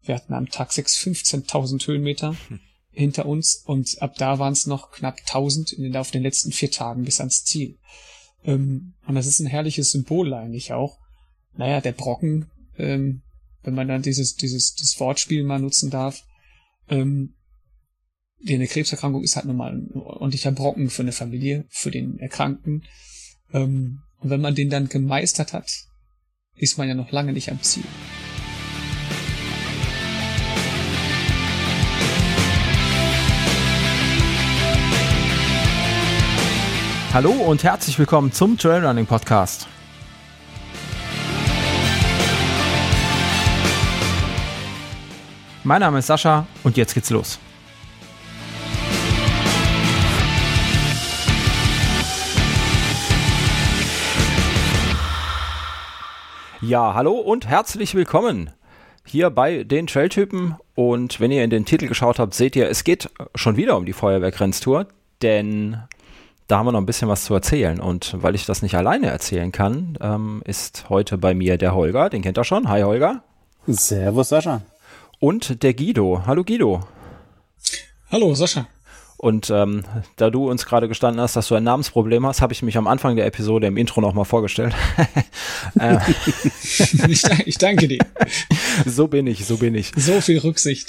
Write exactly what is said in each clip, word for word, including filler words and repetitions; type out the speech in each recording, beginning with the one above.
Wir hatten am Tag sechs fünfzehntausend Höhenmeter hm. hinter uns und ab da waren es noch knapp tausend in den, auf den letzten vier Tagen bis ans Ziel. Ähm, und das ist ein herrliches Symbol eigentlich auch. Naja, der Brocken, ähm, wenn man dann dieses, dieses, das Wortspiel mal nutzen darf, ähm, die eine Krebserkrankung ist halt nun mal ein ordentlicher Brocken für eine Familie, für den Erkrankten. Ähm, und wenn man den dann gemeistert hat, ist man ja noch lange nicht am Ziel. Hallo und herzlich willkommen zum Trailrunning Podcast. Mein Name ist Sascha und jetzt geht's los. Ja, hallo und herzlich willkommen hier bei den Trailtypen. Und wenn ihr in den Titel geschaut habt, seht ihr, es geht schon wieder um die Feuerwehr-Grenztour, denn da haben wir noch ein bisschen was zu erzählen. Und weil ich das nicht alleine erzählen kann, ähm, ist heute bei mir der Holger, den kennt ihr schon. Hi Holger. Servus Sascha. Und der Guido. Hallo Guido. Hallo Sascha. Und ähm, da du uns gerade gestanden hast, dass du ein Namensproblem hast, habe ich mich am Anfang der Episode im Intro nochmal vorgestellt. äh, ich, ich danke dir. So bin ich, so bin ich. So viel Rücksicht.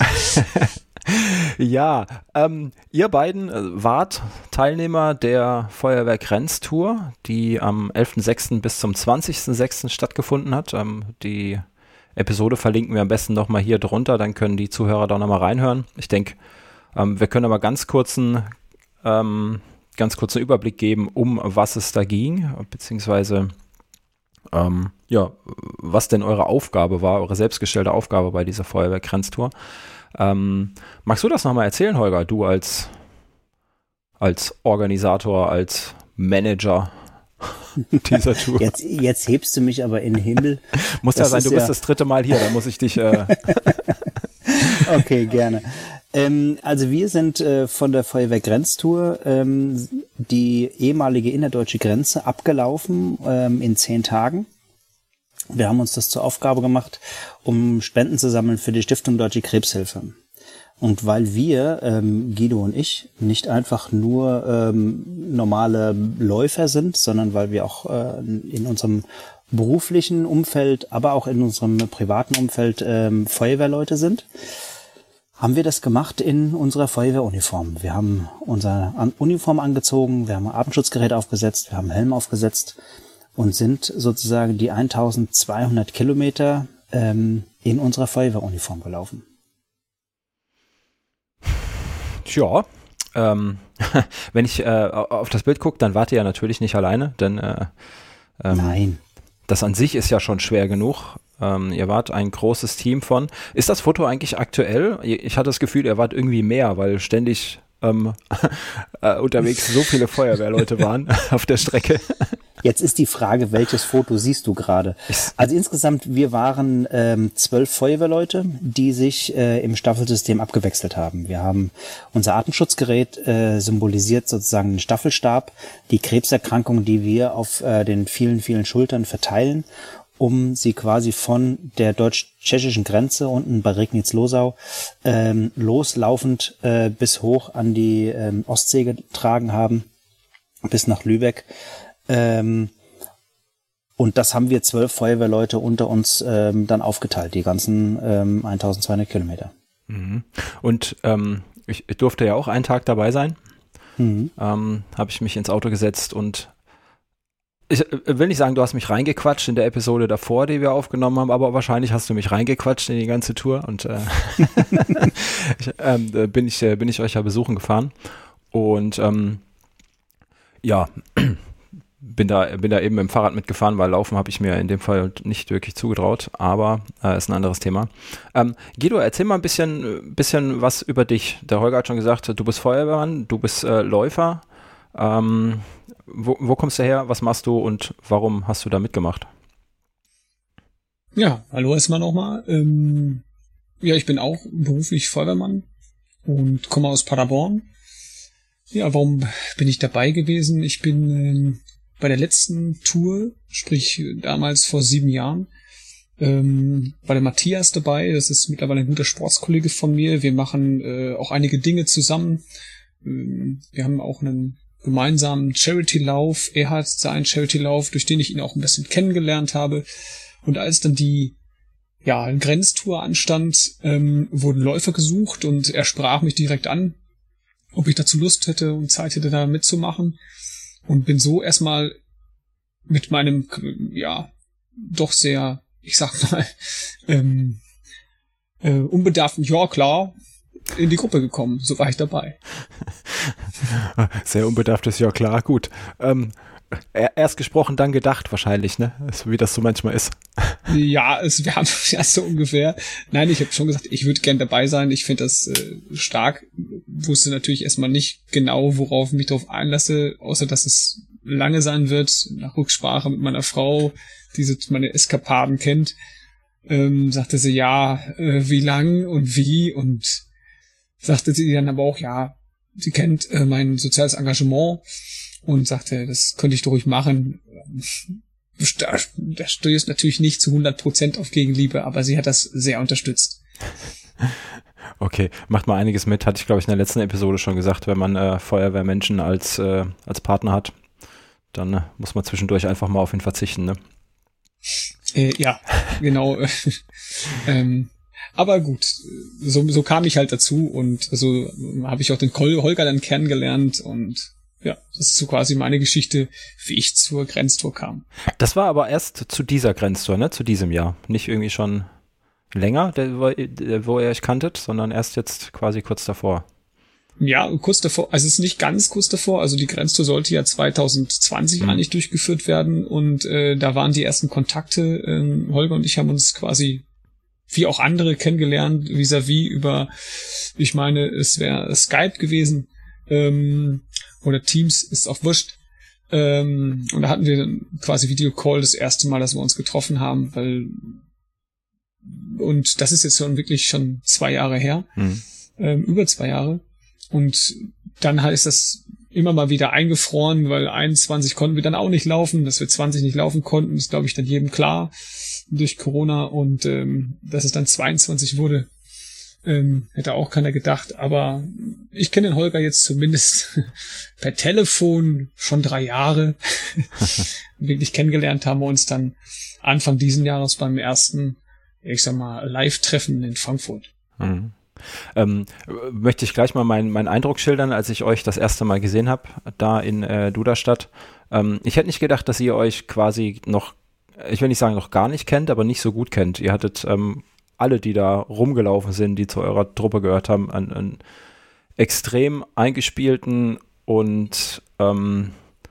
Ja, ähm, ihr beiden wart Teilnehmer der Feuerwehr-Grenztour, die am elften sechsten bis zum zwanzigsten sechsten stattgefunden hat. Ähm, die Episode verlinken wir am besten nochmal hier drunter, dann können die Zuhörer da nochmal reinhören. Ich denke, ähm, wir können aber ganz kurzen, ähm, ganz kurzen Überblick geben, um was es da ging, beziehungsweise ähm, ja, was denn eure Aufgabe war, eure selbstgestellte Aufgabe bei dieser Feuerwehr-Grenztour. Ähm, magst du das nochmal erzählen, Holger? Du als, als Organisator, als Manager dieser Tour. Jetzt, jetzt hebst du mich aber in den Himmel. Muss ja sein, du ja bist das dritte Mal hier, da muss ich dich... Äh Okay, gerne. Ähm, also wir sind äh, von der Feuerwehr-Grenztour ähm, die ehemalige innerdeutsche Grenze abgelaufen ähm, in zehn Tagen. Wir haben uns das zur Aufgabe gemacht, um Spenden zu sammeln für die Stiftung Deutsche Krebshilfe. Und weil wir, ähm, Guido und ich, nicht einfach nur ähm, normale Läufer sind, sondern weil wir auch äh, in unserem beruflichen Umfeld, aber auch in unserem privaten Umfeld ähm, Feuerwehrleute sind, haben wir das gemacht in unserer Feuerwehruniform. Wir haben unsere An- Uniform angezogen, wir haben ein Atemschutzgerät aufgesetzt, wir haben einen Helm aufgesetzt und sind sozusagen die eintausendzweihundert Kilometer ähm, in unserer Feuerwehruniform gelaufen. Ja, ähm, wenn ich äh, auf das Bild gucke, dann wart ihr ja natürlich nicht alleine, denn äh, ähm, Nein. Das an sich ist ja schon schwer genug. Ähm, ihr wart ein großes Team von. Ist das Foto eigentlich aktuell? Ich hatte das Gefühl, ihr wart irgendwie mehr, weil ständig ähm, äh, unterwegs so viele Feuerwehrleute waren auf der Strecke. Jetzt ist die Frage, welches Foto siehst du gerade? Also insgesamt, wir waren ähm, zwölf Feuerwehrleute, die sich äh, im Staffelsystem abgewechselt haben. Wir haben unser Atemschutzgerät äh, symbolisiert sozusagen den Staffelstab, die Krebserkrankung, die wir auf äh, den vielen, vielen Schultern verteilen, um sie quasi von der deutsch-tschechischen Grenze unten bei Regnitz-Losau ähm, loslaufend äh, bis hoch an die ähm, Ostsee getragen haben, bis nach Lübeck. Ähm, und das haben wir zwölf Feuerwehrleute unter uns ähm, dann aufgeteilt, die ganzen ähm, eintausendzweihundert Kilometer. Mhm. Und ähm, ich, ich durfte ja auch einen Tag dabei sein. Mhm. Ähm, habe ich mich ins Auto gesetzt und ich will nicht sagen, du hast mich reingequatscht in der Episode davor, die wir aufgenommen haben, aber wahrscheinlich hast du mich reingequatscht in die ganze Tour und äh, ich, ähm, bin ich bin ich euch ja besuchen gefahren und ähm, ja, bin da bin da eben mit dem Fahrrad mitgefahren, weil Laufen habe ich mir in dem Fall nicht wirklich zugetraut, aber äh, ist ein anderes Thema. Ähm, Guido, erzähl mal ein bisschen bisschen was über dich. Der Holger hat schon gesagt, du bist Feuerwehrmann, du bist äh, Läufer. Ähm, Wo, wo kommst du her, was machst du und warum hast du da mitgemacht? Ja, hallo erstmal nochmal. Ähm, ja, ich bin auch beruflich Feuerwehrmann und komme aus Paderborn. Ja, warum bin ich dabei gewesen? Ich bin ähm, bei der letzten Tour, sprich damals vor sieben Jahren, ähm, war der Matthias dabei. Das ist mittlerweile ein guter Sportskollege von mir. Wir machen äh, auch einige Dinge zusammen. Ähm, wir haben auch einen gemeinsamen Charity-Lauf. Er hat seinen Charity-Lauf, durch den ich ihn auch ein bisschen kennengelernt habe. Und als dann die ja, eine Grenztour anstand, ähm, wurden Läufer gesucht und er sprach mich direkt an, ob ich dazu Lust hätte und Zeit hätte, da mitzumachen. Und bin so erstmal mit meinem, ja, doch sehr, ich sag mal, ähm, äh, unbedarften, ja klar, in die Gruppe gekommen. So war ich dabei. Sehr unbedarftes, ja klar, gut. Ähm, erst gesprochen, dann gedacht wahrscheinlich, ne? So wie das so manchmal ist. Ja, es, wir haben ja so ungefähr. Nein, ich habe schon gesagt, ich würde gern dabei sein. Ich finde das äh, stark. Wusste natürlich erstmal nicht genau, worauf ich mich drauf einlasse, außer dass es lange sein wird, nach Rücksprache mit meiner Frau, die so meine Eskapaden kennt. Ähm, sagte sie, ja, äh, wie lang und wie, und sagte sie dann aber auch, ja, sie kennt äh, mein soziales Engagement und sagte, das könnte ich doch ruhig machen. Da, da stößt natürlich nicht zu hundert Prozent auf Gegenliebe, aber sie hat das sehr unterstützt. Okay, macht mal einiges mit, hatte ich glaube ich in der letzten Episode schon gesagt, wenn man äh, Feuerwehrmenschen als, äh, als Partner hat, dann äh, muss man zwischendurch einfach mal auf ihn verzichten, ne? Äh, ja, genau. ähm, aber gut, so, so kam ich halt dazu und so habe ich auch den Holger dann kennengelernt und ja, das ist so quasi meine Geschichte, wie ich zur Grenztour kam. Das war aber erst zu dieser Grenztour, ne? Zu diesem Jahr. Nicht irgendwie schon länger, der, der, wo ihr euch kanntet, sondern erst jetzt quasi kurz davor. Ja, kurz davor, also es ist nicht ganz kurz davor, also die Grenztour sollte ja zwanzig zwanzig mhm. eigentlich durchgeführt werden und äh, da waren die ersten Kontakte. Ähm, Holger und ich haben uns quasi wie auch andere kennengelernt, vis-à-vis über, ich meine, es wäre Skype gewesen, ähm, oder Teams, ist auch wurscht. Ähm, und da hatten wir dann quasi Videocall das erste Mal, dass wir uns getroffen haben, weil, und das ist jetzt schon wirklich schon zwei Jahre her, mhm. ähm, über zwei Jahre. Und dann heißt das immer mal wieder eingefroren, weil einundzwanzig konnten wir dann auch nicht laufen, dass wir zwanzig nicht laufen konnten, ist glaube ich dann jedem klar durch Corona, und ähm, dass es dann zweiundzwanzig wurde, ähm, hätte auch keiner gedacht, aber ich kenne den Holger jetzt zumindest per Telefon schon drei Jahre. Wirklich kennengelernt haben wir uns dann Anfang diesen Jahres beim ersten, ich sag mal, Live-Treffen in Frankfurt. Mhm. Ähm, möchte ich gleich mal meinen mein Eindruck schildern, als ich euch das erste Mal gesehen habe, da in äh, Duderstadt. Ähm, ich hätte nicht gedacht, dass ihr euch quasi noch, ich will nicht sagen noch gar nicht kennt, aber nicht so gut kennt. Ihr hattet ähm, alle, die da rumgelaufen sind, die zu eurer Truppe gehört haben, einen, einen extrem eingespielten und ähm,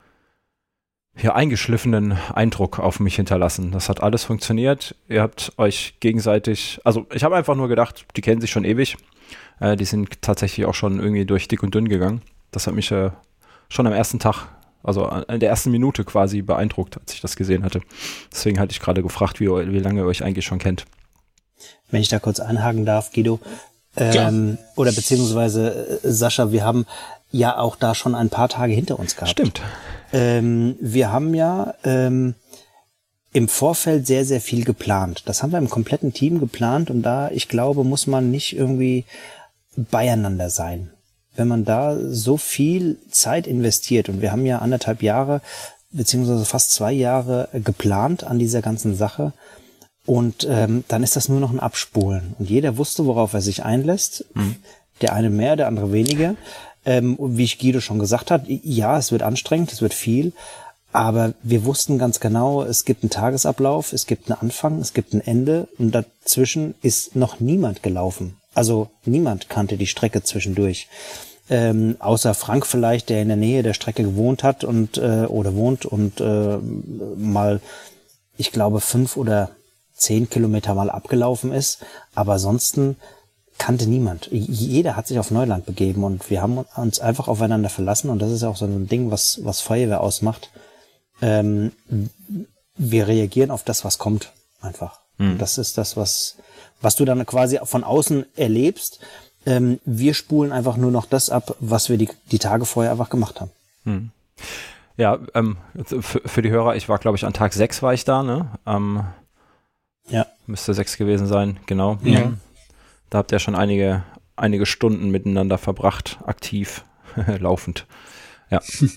ja, eingeschliffenen Eindruck auf mich hinterlassen. Das hat alles funktioniert. Ihr habt euch gegenseitig, also ich habe einfach nur gedacht, die kennen sich schon ewig. Äh, die sind tatsächlich auch schon irgendwie durch dick und dünn gegangen. Das hat mich äh, schon am ersten Tag, also in der ersten Minute quasi beeindruckt, als ich das gesehen hatte. Deswegen hatte ich gerade gefragt, wie, wie lange ihr euch eigentlich schon kennt. Wenn ich da kurz einhaken darf, Guido, ähm, oder beziehungsweise äh, Sascha, wir haben ja auch da schon ein paar Tage hinter uns gehabt. Stimmt. Ähm, wir haben ja ähm, im Vorfeld sehr, sehr viel geplant. Das haben wir im kompletten Team geplant und da, ich glaube, muss man nicht irgendwie beieinander sein. Wenn man da so viel Zeit investiert, und wir haben ja anderthalb Jahre, beziehungsweise fast zwei Jahre geplant an dieser ganzen Sache, und ähm, dann ist das nur noch ein Abspulen. Und jeder wusste, worauf er sich einlässt. Mhm. Der eine mehr, der andere weniger. Ähm, wie ich Guido schon gesagt hat, ja, es wird anstrengend, es wird viel, aber wir wussten ganz genau, es gibt einen Tagesablauf, es gibt einen Anfang, es gibt ein Ende, und dazwischen ist noch niemand gelaufen. Also niemand kannte die Strecke zwischendurch. Ähm, außer Frank vielleicht, der in der Nähe der Strecke gewohnt hat und äh, oder wohnt und äh, mal, ich glaube, fünf oder zehn Kilometer mal abgelaufen ist, aber ansonsten kannte niemand. Jeder hat sich auf Neuland begeben und wir haben uns einfach aufeinander verlassen, und das ist auch so ein Ding, was was Feuerwehr ausmacht. Ähm, wir reagieren auf das, was kommt, einfach. Mhm. Das ist das, was was du dann quasi von außen erlebst. Ähm, wir spulen einfach nur noch das ab, was wir die die Tage vorher einfach gemacht haben. Mhm. Ja, ähm, für, für die Hörer, ich war, glaube ich, an Tag sechs war ich da, ne? Ähm, Ja. Müsste sechs gewesen sein, genau. Ja. Da habt ihr schon einige, einige Stunden miteinander verbracht, aktiv, laufend. Ja.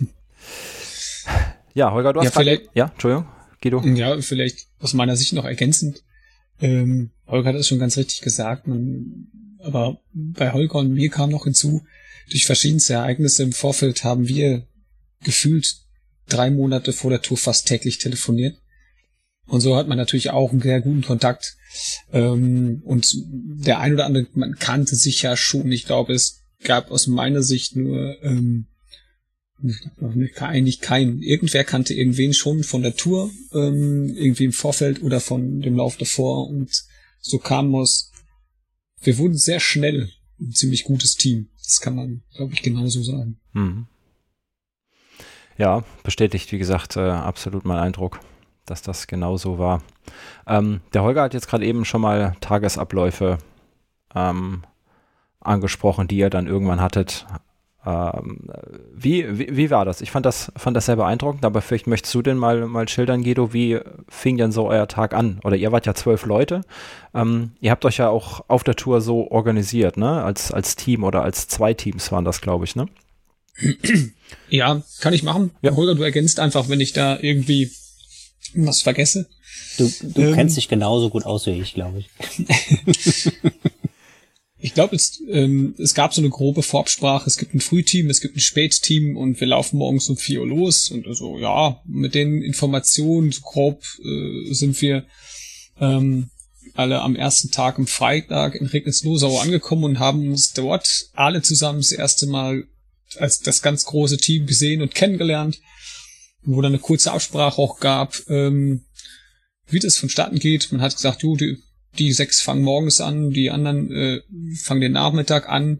Ja, Holger, du hast Ja, vielleicht, grad, ja, Entschuldigung, Guido. Ja, vielleicht aus meiner Sicht noch ergänzend. Ähm, Holger hat es schon ganz richtig gesagt, man, aber bei Holger und mir kam noch hinzu, durch verschiedenste Ereignisse im Vorfeld haben wir gefühlt drei Monate vor der Tour fast täglich telefoniert. Und so hat man natürlich auch einen sehr guten Kontakt. Ähm, und der ein oder andere, man kannte sich ja schon. Ich glaube, es gab aus meiner Sicht nur ähm, eigentlich keinen. Irgendwer kannte irgendwen schon von der Tour, ähm, irgendwie im Vorfeld oder von dem Lauf davor. Und so kam es. Wir wurden sehr schnell ein ziemlich gutes Team. Das kann man, glaube ich, genauso sagen. Mhm. Ja, bestätigt, wie gesagt, äh, absolut mein Eindruck, dass das genau so war. Ähm, der Holger hat jetzt gerade eben schon mal Tagesabläufe ähm, angesprochen, die ihr dann irgendwann hattet. Ähm, wie, wie, wie war das? Ich fand das, fand das sehr beeindruckend, aber vielleicht möchtest du denn mal, mal schildern, Guido, wie fing denn so euer Tag an? Oder ihr wart ja zwölf Leute. Ähm, ihr habt euch ja auch auf der Tour so organisiert, ne? Als, als Team oder als zwei Teams waren das, glaube ich, ne? Ja, kann ich machen. Ja. Holger, du ergänzt einfach, wenn ich da irgendwie was vergesse. Du, du ähm, kennst dich genauso gut aus wie ich, glaube ich. Ich glaube, es, ähm, es gab so eine grobe Vorabsprache. Es gibt ein Frühteam, es gibt ein Spätteam und wir laufen morgens um vier Uhr los. Und so, ja, mit den Informationen so grob äh, sind wir ähm, alle am ersten Tag, am Freitag in Regnitzlosau angekommen und haben uns dort alle zusammen das erste Mal als das ganz große Team gesehen und kennengelernt, wo dann eine kurze Absprache auch gab, ähm, wie das vonstatten geht. Man hat gesagt, jo, die, die sechs fangen morgens an, die anderen äh, fangen den Nachmittag an.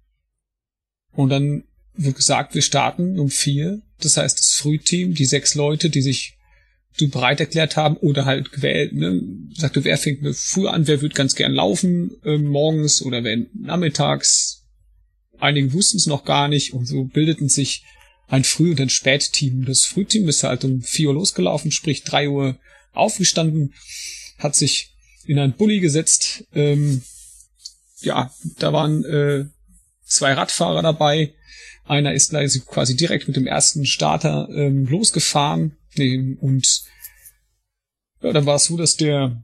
Und dann wird gesagt, wir starten um vier. Das heißt, das Frühteam, die sechs Leute, die sich so bereit erklärt haben oder halt gewählt, ne, sagte, wer fängt früh an, wer wird ganz gern laufen äh, morgens oder wer nachmittags. Einige wussten es noch gar nicht und so bildeten sich ein Früh- und ein Spätteam. Das Frühteam ist halt um vier Uhr losgelaufen, sprich drei Uhr aufgestanden, hat sich in ein Bulli gesetzt. Ähm, ja, da waren äh, zwei Radfahrer dabei. Einer ist quasi direkt mit dem ersten Starter ähm, losgefahren. Nee, und ja, dann war es so, dass der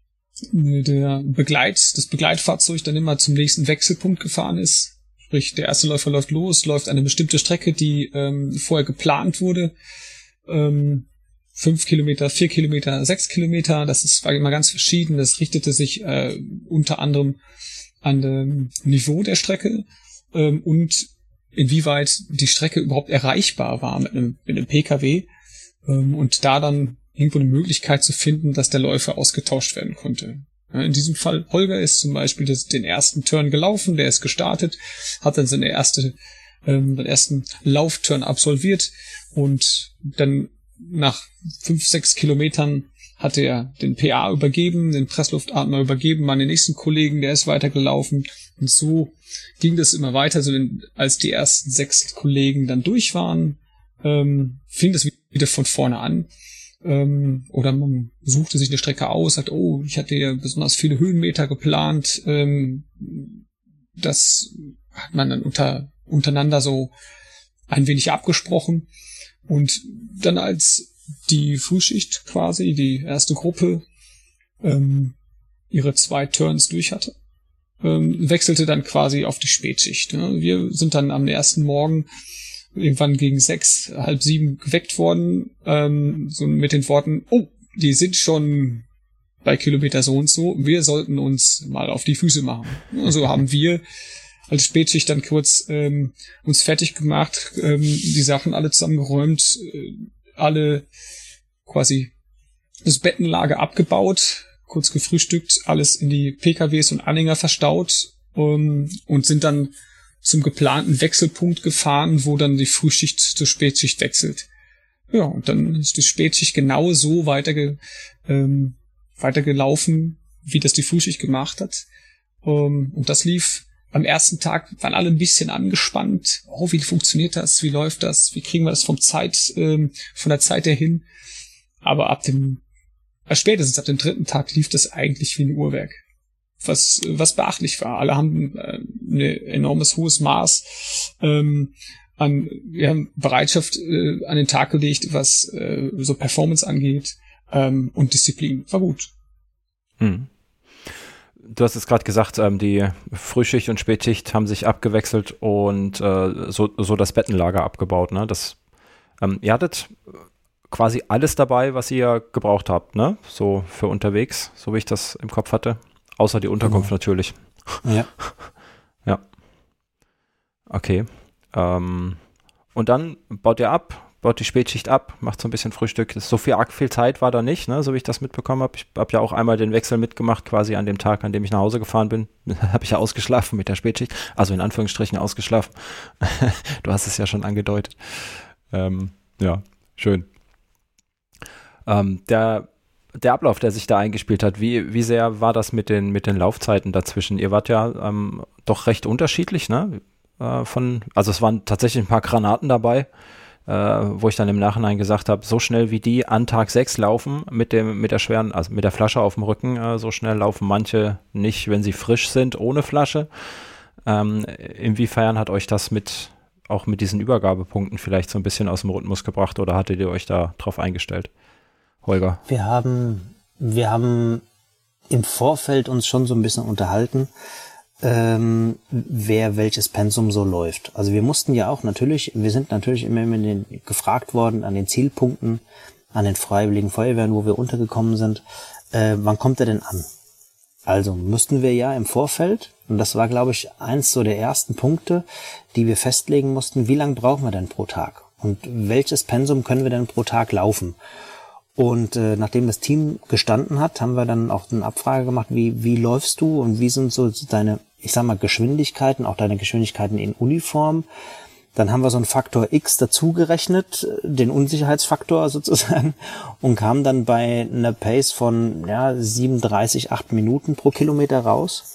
der Begleit, das Begleitfahrzeug dann immer zum nächsten Wechselpunkt gefahren ist. Sprich, der erste Läufer läuft los, läuft eine bestimmte Strecke, die ähm, vorher geplant wurde. Ähm, fünf Kilometer, vier Kilometer, sechs Kilometer, das ist, war immer ganz verschieden. Das richtete sich äh, unter anderem an dem Niveau der Strecke ähm, und inwieweit die Strecke überhaupt erreichbar war mit einem, mit einem P K W. Ähm, und da dann irgendwo eine Möglichkeit zu finden, dass der Läufer ausgetauscht werden konnte. In diesem Fall, Holger ist zum Beispiel das, den ersten Turn gelaufen, der ist gestartet, hat dann seine erste, ähm, den ersten Laufturn absolviert und dann nach fünf, sechs Kilometern hat er den P A übergeben, den Pressluftatmer übergeben an den nächsten Kollegen, der ist weitergelaufen und so ging das immer weiter, so wenn, als die ersten sechs Kollegen dann durch waren, ähm, fing das wieder von vorne an. Ähm, oder man suchte sich eine Strecke aus, sagt, oh, ich hatte ja besonders viele Höhenmeter geplant. Ähm, das hat man dann unter, untereinander so ein wenig abgesprochen. Und dann als die Frühschicht quasi, die erste Gruppe, ähm, ihre zwei Turns durch hatte, ähm, wechselte dann quasi auf die Spätschicht. Ne? Wir sind dann am ersten Morgen irgendwann gegen sechs, halb sieben geweckt worden, ähm, so mit den Worten, oh, die sind schon bei Kilometer so und so, wir sollten uns mal auf die Füße machen. So also haben wir als Spätschicht dann kurz ähm, uns fertig gemacht, ähm, die Sachen alle zusammengeräumt, äh, alle quasi das Bettenlager abgebaut, kurz gefrühstückt, alles in die P K Ws und Anhänger verstaut ähm, und sind dann zum geplanten Wechselpunkt gefahren, wo dann die Frühschicht zur Spätschicht wechselt. Ja, und dann ist die Spätschicht genau so weiterge, ähm, weitergelaufen, wie das die Frühschicht gemacht hat. Ähm, und das lief am ersten Tag, waren alle ein bisschen angespannt. Oh, wie funktioniert das? Wie läuft das? Wie kriegen wir das vom Zeit, ähm, von der Zeit her hin? Aber ab dem, spätestens ab dem dritten Tag lief das eigentlich wie ein Uhrwerk. Was, was beachtlich war. Alle haben äh, ein enormes hohes Maß ähm, an wir haben Bereitschaft äh, an den Tag gelegt, was äh, so Performance angeht ähm, und Disziplin. War gut. Hm. Du hast es gerade gesagt, ähm, die Frühschicht und Spätschicht haben sich abgewechselt und äh, so, so das Bettenlager abgebaut. Ne? Das, ähm, ihr hattet quasi alles dabei, was ihr gebraucht habt, ne? So für unterwegs, so wie ich das im Kopf hatte. Außer die Unterkunft, genau. Natürlich. Ja. Ja. Okay. Ähm, und dann baut ihr ab, baut die Spätschicht ab, macht so ein bisschen Frühstück. So viel arg viel Zeit war da nicht, ne? So wie ich das mitbekommen habe. Ich habe ja auch einmal den Wechsel mitgemacht, quasi an dem Tag, an dem ich nach Hause gefahren bin. Habe ich ja ausgeschlafen mit der Spätschicht. Also in Anführungsstrichen ausgeschlafen. Du hast es ja schon angedeutet. Ähm, ja, schön. Ähm, der Der Ablauf, der sich da eingespielt hat, wie, wie sehr war das mit den, mit den Laufzeiten dazwischen? Ihr wart ja ähm, doch recht unterschiedlich, ne? Äh, von, also es waren tatsächlich ein paar Granaten dabei, äh, wo ich dann im Nachhinein gesagt habe, so schnell wie die an Tag sechs laufen, mit dem, mit der schweren, also mit der Flasche auf dem Rücken, äh, so schnell laufen manche nicht, wenn sie frisch sind, ohne Flasche. Ähm, inwiefern hat euch das mit, auch mit diesen Übergabepunkten vielleicht so ein bisschen aus dem Rhythmus gebracht oder hattet ihr euch da drauf eingestellt? Holger. Wir haben, wir haben im Vorfeld uns schon so ein bisschen unterhalten, ähm, wer welches Pensum so läuft. Also wir mussten ja auch natürlich, wir sind natürlich immer, immer den, gefragt worden an den Zielpunkten, an den Freiwilligen Feuerwehren, wo wir untergekommen sind, äh, wann kommt er denn an? Also mussten wir ja im Vorfeld, und das war, glaube ich, eins so der ersten Punkte, die wir festlegen mussten, wie lange brauchen wir denn pro Tag? Und welches Pensum können wir denn pro Tag laufen? Und äh, nachdem das Team gestanden hat, haben wir dann auch eine Abfrage gemacht, wie wie läufst du und wie sind so deine, ich sag mal, Geschwindigkeiten, auch deine Geschwindigkeiten in Uniform. Dann haben wir so einen Faktor X dazugerechnet, den Unsicherheitsfaktor sozusagen, und kamen dann bei einer Pace von ja siebenunddreißig, acht Minuten pro Kilometer raus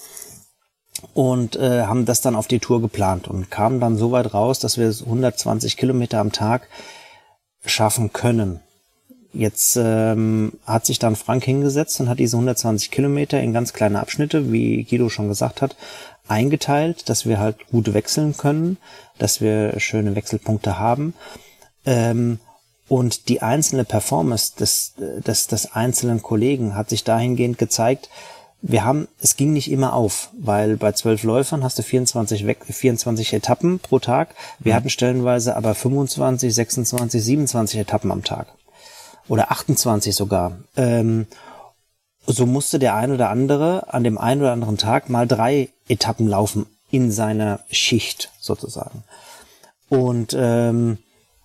und äh, haben das dann auf die Tour geplant und kamen dann so weit raus, dass wir hundertzwanzig Kilometer am Tag schaffen können. Jetzt ähm, hat sich dann Frank hingesetzt und hat diese hundertzwanzig Kilometer in ganz kleine Abschnitte, wie Guido schon gesagt hat, eingeteilt, dass wir halt gut wechseln können, dass wir schöne Wechselpunkte haben. Ähm, und die einzelne Performance des, des, des einzelnen Kollegen hat sich dahingehend gezeigt, wir haben, es ging nicht immer auf, weil bei zwölf Läufern hast du vierundzwanzig, vierundzwanzig Etappen pro Tag. Wir mhm. hatten stellenweise aber fünfundzwanzig, sechsundzwanzig, siebenundzwanzig Etappen am Tag. Oder achtundzwanzig sogar. Ähm, so musste der ein oder andere an dem einen oder anderen Tag mal drei Etappen laufen in seiner Schicht sozusagen. Und ähm,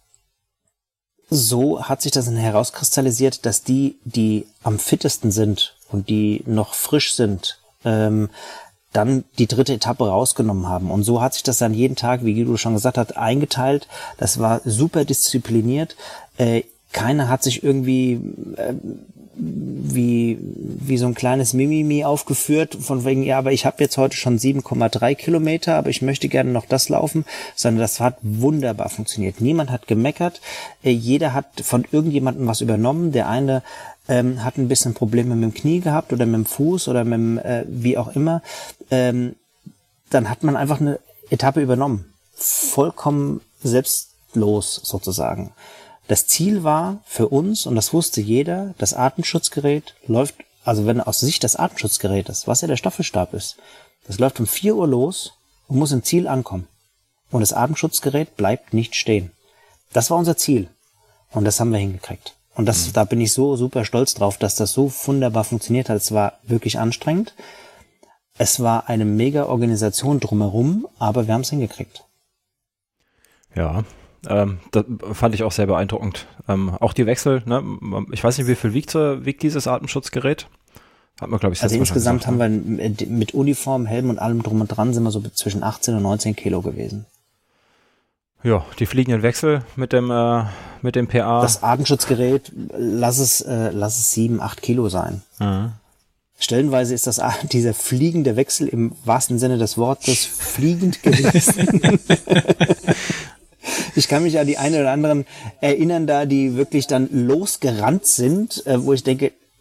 so hat sich das dann herauskristallisiert, dass die, die am fittesten sind und die noch frisch sind, ähm, dann die dritte Etappe rausgenommen haben. Und so hat sich das dann jeden Tag, wie Guido schon gesagt hat, eingeteilt. Das war super diszipliniert. Äh, Keiner hat sich irgendwie äh, wie wie so ein kleines Mimimi aufgeführt, von wegen, ja, aber ich habe jetzt heute schon sieben Komma drei Kilometer, aber ich möchte gerne noch das laufen, sondern das hat wunderbar funktioniert. Niemand hat gemeckert, äh, jeder hat von irgendjemandem was übernommen. Der eine ähm, hat ein bisschen Probleme mit dem Knie gehabt oder mit dem Fuß oder mit dem, äh, wie auch immer. Ähm, dann hat man einfach eine Etappe übernommen. Vollkommen selbstlos sozusagen. Das Ziel war für uns, und das wusste jeder, das Atemschutzgerät läuft, also wenn aus Sicht des Atemschutzgerätes, was ja der Staffelstab ist, das läuft um vier Uhr los und muss im Ziel ankommen. Und das Atemschutzgerät bleibt nicht stehen. Das war unser Ziel. Und das haben wir hingekriegt. Und das, mhm. da bin ich so super stolz drauf, dass das so wunderbar funktioniert hat. Es war wirklich anstrengend. Es war eine mega Organisation drumherum, aber wir haben es hingekriegt. Ja, Ähm, das fand ich auch sehr beeindruckend. Ähm, auch die Wechsel, ne? Ich weiß nicht, wie viel wiegt, wiegt dieses Atemschutzgerät? Hat man, glaube ich, also insgesamt gesagt, haben ne? wir mit Uniform, Helm und allem drum und dran sind wir so zwischen achtzehn und neunzehn Kilo gewesen. Ja, die fliegenden Wechsel mit dem äh, mit dem P A. Das Atemschutzgerät, lass es äh, lass es sieben, acht Kilo sein. Mhm. Stellenweise ist das dieser fliegende Wechsel im wahrsten Sinne des Wortes fliegend gewesen. Ich kann mich an die einen oder anderen erinnern, da die wirklich dann losgerannt sind, äh, wo ich denke,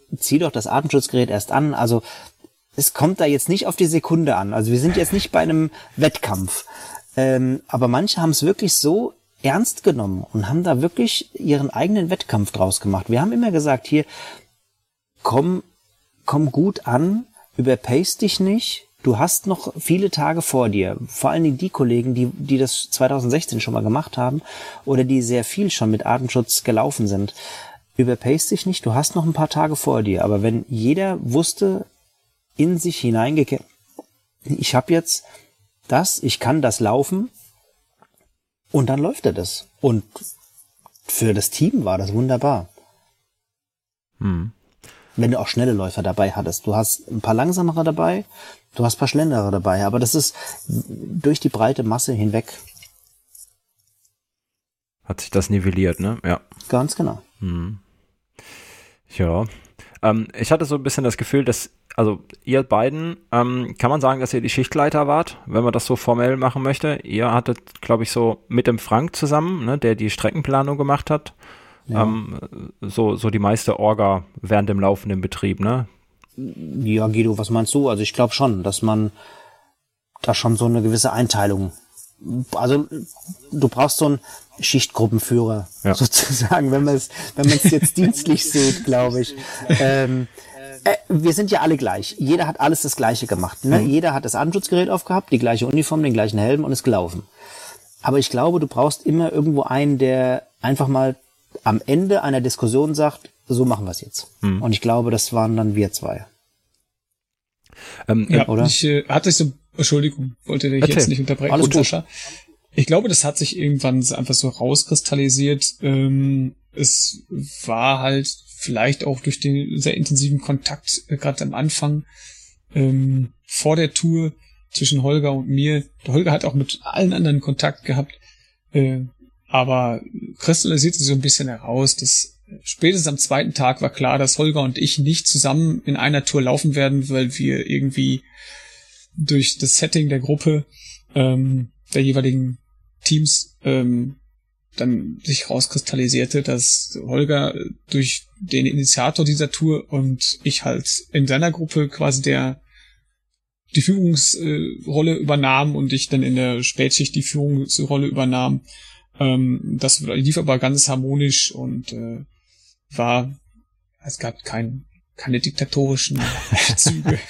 zieh doch das Atemschutzgerät erst an. Also es kommt da jetzt nicht auf die Sekunde an. Also wir sind jetzt nicht bei einem Wettkampf. Ähm, aber manche haben es wirklich so ernst genommen und haben da wirklich ihren eigenen Wettkampf draus gemacht. Wir haben immer gesagt, hier, komm, komm gut an, überpace dich nicht. Du hast noch viele Tage vor dir. Vor allen Dingen die Kollegen, die, die das zwanzig sechzehn schon mal gemacht haben oder die sehr viel schon mit Atemschutz gelaufen sind. Überpace dich nicht, du hast noch ein paar Tage vor dir. Aber wenn jeder wusste, in sich hineingekehrt, ich habe jetzt das, ich kann das laufen und dann läuft er das. Und für das Team war das wunderbar. Hm. Wenn du auch schnelle Läufer dabei hattest. Du hast ein paar langsamere dabei, du hast ein paar schnellere dabei, aber das ist durch die breite Masse hinweg. Hat sich das nivelliert, ne? Ja. Ganz genau. Hm. Ja. Ähm, ich hatte so ein bisschen das Gefühl, dass, also ihr beiden, ähm, kann man sagen, dass ihr die Schichtleiter wart, wenn man das so formell machen möchte. Ihr hattet, glaube ich, so mit dem Frank zusammen, ne, der die Streckenplanung gemacht hat, ja. ähm, so, so die meiste Orga während dem laufenden Betrieb, ne? Ja, Guido, was meinst du? Also ich glaube schon, dass man da schon so eine gewisse Einteilung, also du brauchst so einen Schichtgruppenführer, ja. sozusagen, wenn man es wenn man es jetzt dienstlich sieht, glaube ich. Ähm, äh, wir sind ja alle gleich. Jeder hat alles das Gleiche gemacht. Ne? Mhm. Jeder hat das Atemschutzgerät aufgehabt, die gleiche Uniform, den gleichen Helm und ist gelaufen. Aber ich glaube, du brauchst immer irgendwo einen, der einfach mal am Ende einer Diskussion sagt, so machen wir es jetzt. Mhm. Und ich glaube, das waren dann wir zwei. Ähm, ja, oder? Ich äh, hatte so, Entschuldigung, wollte dich jetzt nicht unterbrechen. Alles gut. Ich glaube, das hat sich irgendwann einfach so rauskristallisiert. Ähm, es war halt vielleicht auch durch den sehr intensiven Kontakt, äh, gerade am Anfang, ähm, vor der Tour zwischen Holger und mir. Der Holger hat auch mit allen anderen Kontakt gehabt, äh, aber kristallisiert sich so ein bisschen heraus, dass spätestens am zweiten Tag war klar, dass Holger und ich nicht zusammen in einer Tour laufen werden, weil wir irgendwie durch das Setting der Gruppe, ähm, der jeweiligen Teams, ähm, dann sich rauskristallisierte, dass Holger durch den Initiator dieser Tour und ich halt in seiner Gruppe quasi der die Führungsrolle übernahm und ich dann in der Spätschicht die Führungsrolle übernahm. Ähm, das lief aber ganz harmonisch und äh, war, es gab kein, keine diktatorischen Züge.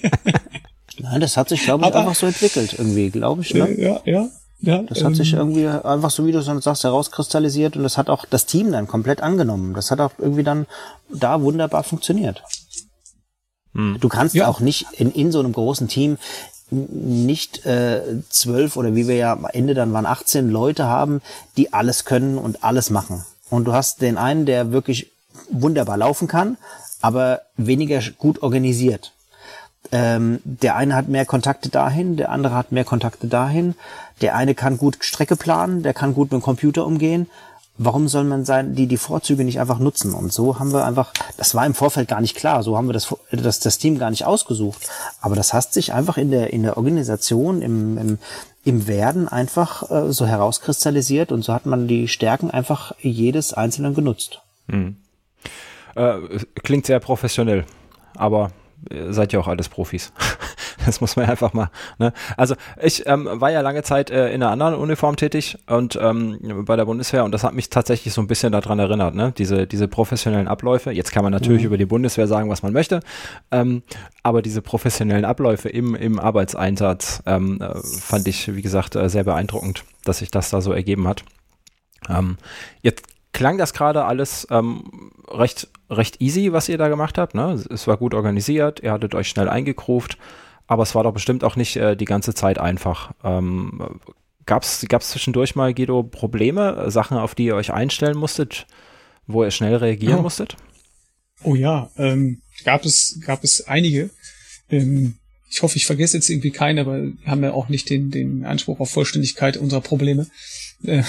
Nein, das hat sich, glaube ich, aber einfach so entwickelt irgendwie, glaube ich. Ne? Äh, ja, ja. Ja, das hat ähm, sich irgendwie einfach so, wie du sagst, herauskristallisiert und das hat auch das Team dann komplett angenommen. Das hat auch irgendwie dann da wunderbar funktioniert. Hm. Du kannst ja auch nicht in, in so einem großen Team nicht äh, zwölf oder wie wir ja am Ende dann waren achtzehn Leute haben, die alles können und alles machen. Und du hast den einen, der wirklich wunderbar laufen kann, aber weniger gut organisiert. Ähm, der eine hat mehr Kontakte dahin, der andere hat mehr Kontakte dahin. Der eine kann gut Strecke planen, der kann gut mit dem Computer umgehen. Warum soll man sein, die die Vorzüge nicht einfach nutzen? Und so haben wir einfach, das war im Vorfeld gar nicht klar, so haben wir das das, das Team gar nicht ausgesucht. Aber das hat sich einfach in der in der Organisation, im im, im Werden einfach äh, so herauskristallisiert und so hat man die Stärken einfach jedes Einzelnen genutzt. Hm. Äh, klingt sehr professionell, aber ihr seid ja auch alles Profis. Das muss man einfach mal, ne? Also ich ähm, war ja lange Zeit äh, in einer anderen Uniform tätig und ähm, bei der Bundeswehr und das hat mich tatsächlich so ein bisschen daran erinnert, ne? Diese diese professionellen Abläufe. Jetzt kann man natürlich mhm. über die Bundeswehr sagen, was man möchte, ähm, aber diese professionellen Abläufe im im Arbeitseinsatz ähm, äh, fand ich, wie gesagt, äh, sehr beeindruckend, dass sich das da so ergeben hat. Ähm, jetzt klang das gerade alles ähm, recht recht easy, was ihr da gemacht habt, ne? Es war gut organisiert, ihr hattet euch schnell eingekruft. Aber es war doch bestimmt auch nicht äh, die ganze Zeit einfach. Ähm, gab's, gab's zwischendurch mal, Guido, Probleme, Sachen, auf die ihr euch einstellen musstet, wo ihr schnell reagieren oh. musstet? Oh ja, ähm, gab es gab es einige. Ähm, ich hoffe, ich vergesse jetzt irgendwie keinen, aber wir haben ja auch nicht den den Anspruch auf Vollständigkeit unserer Probleme. Äh,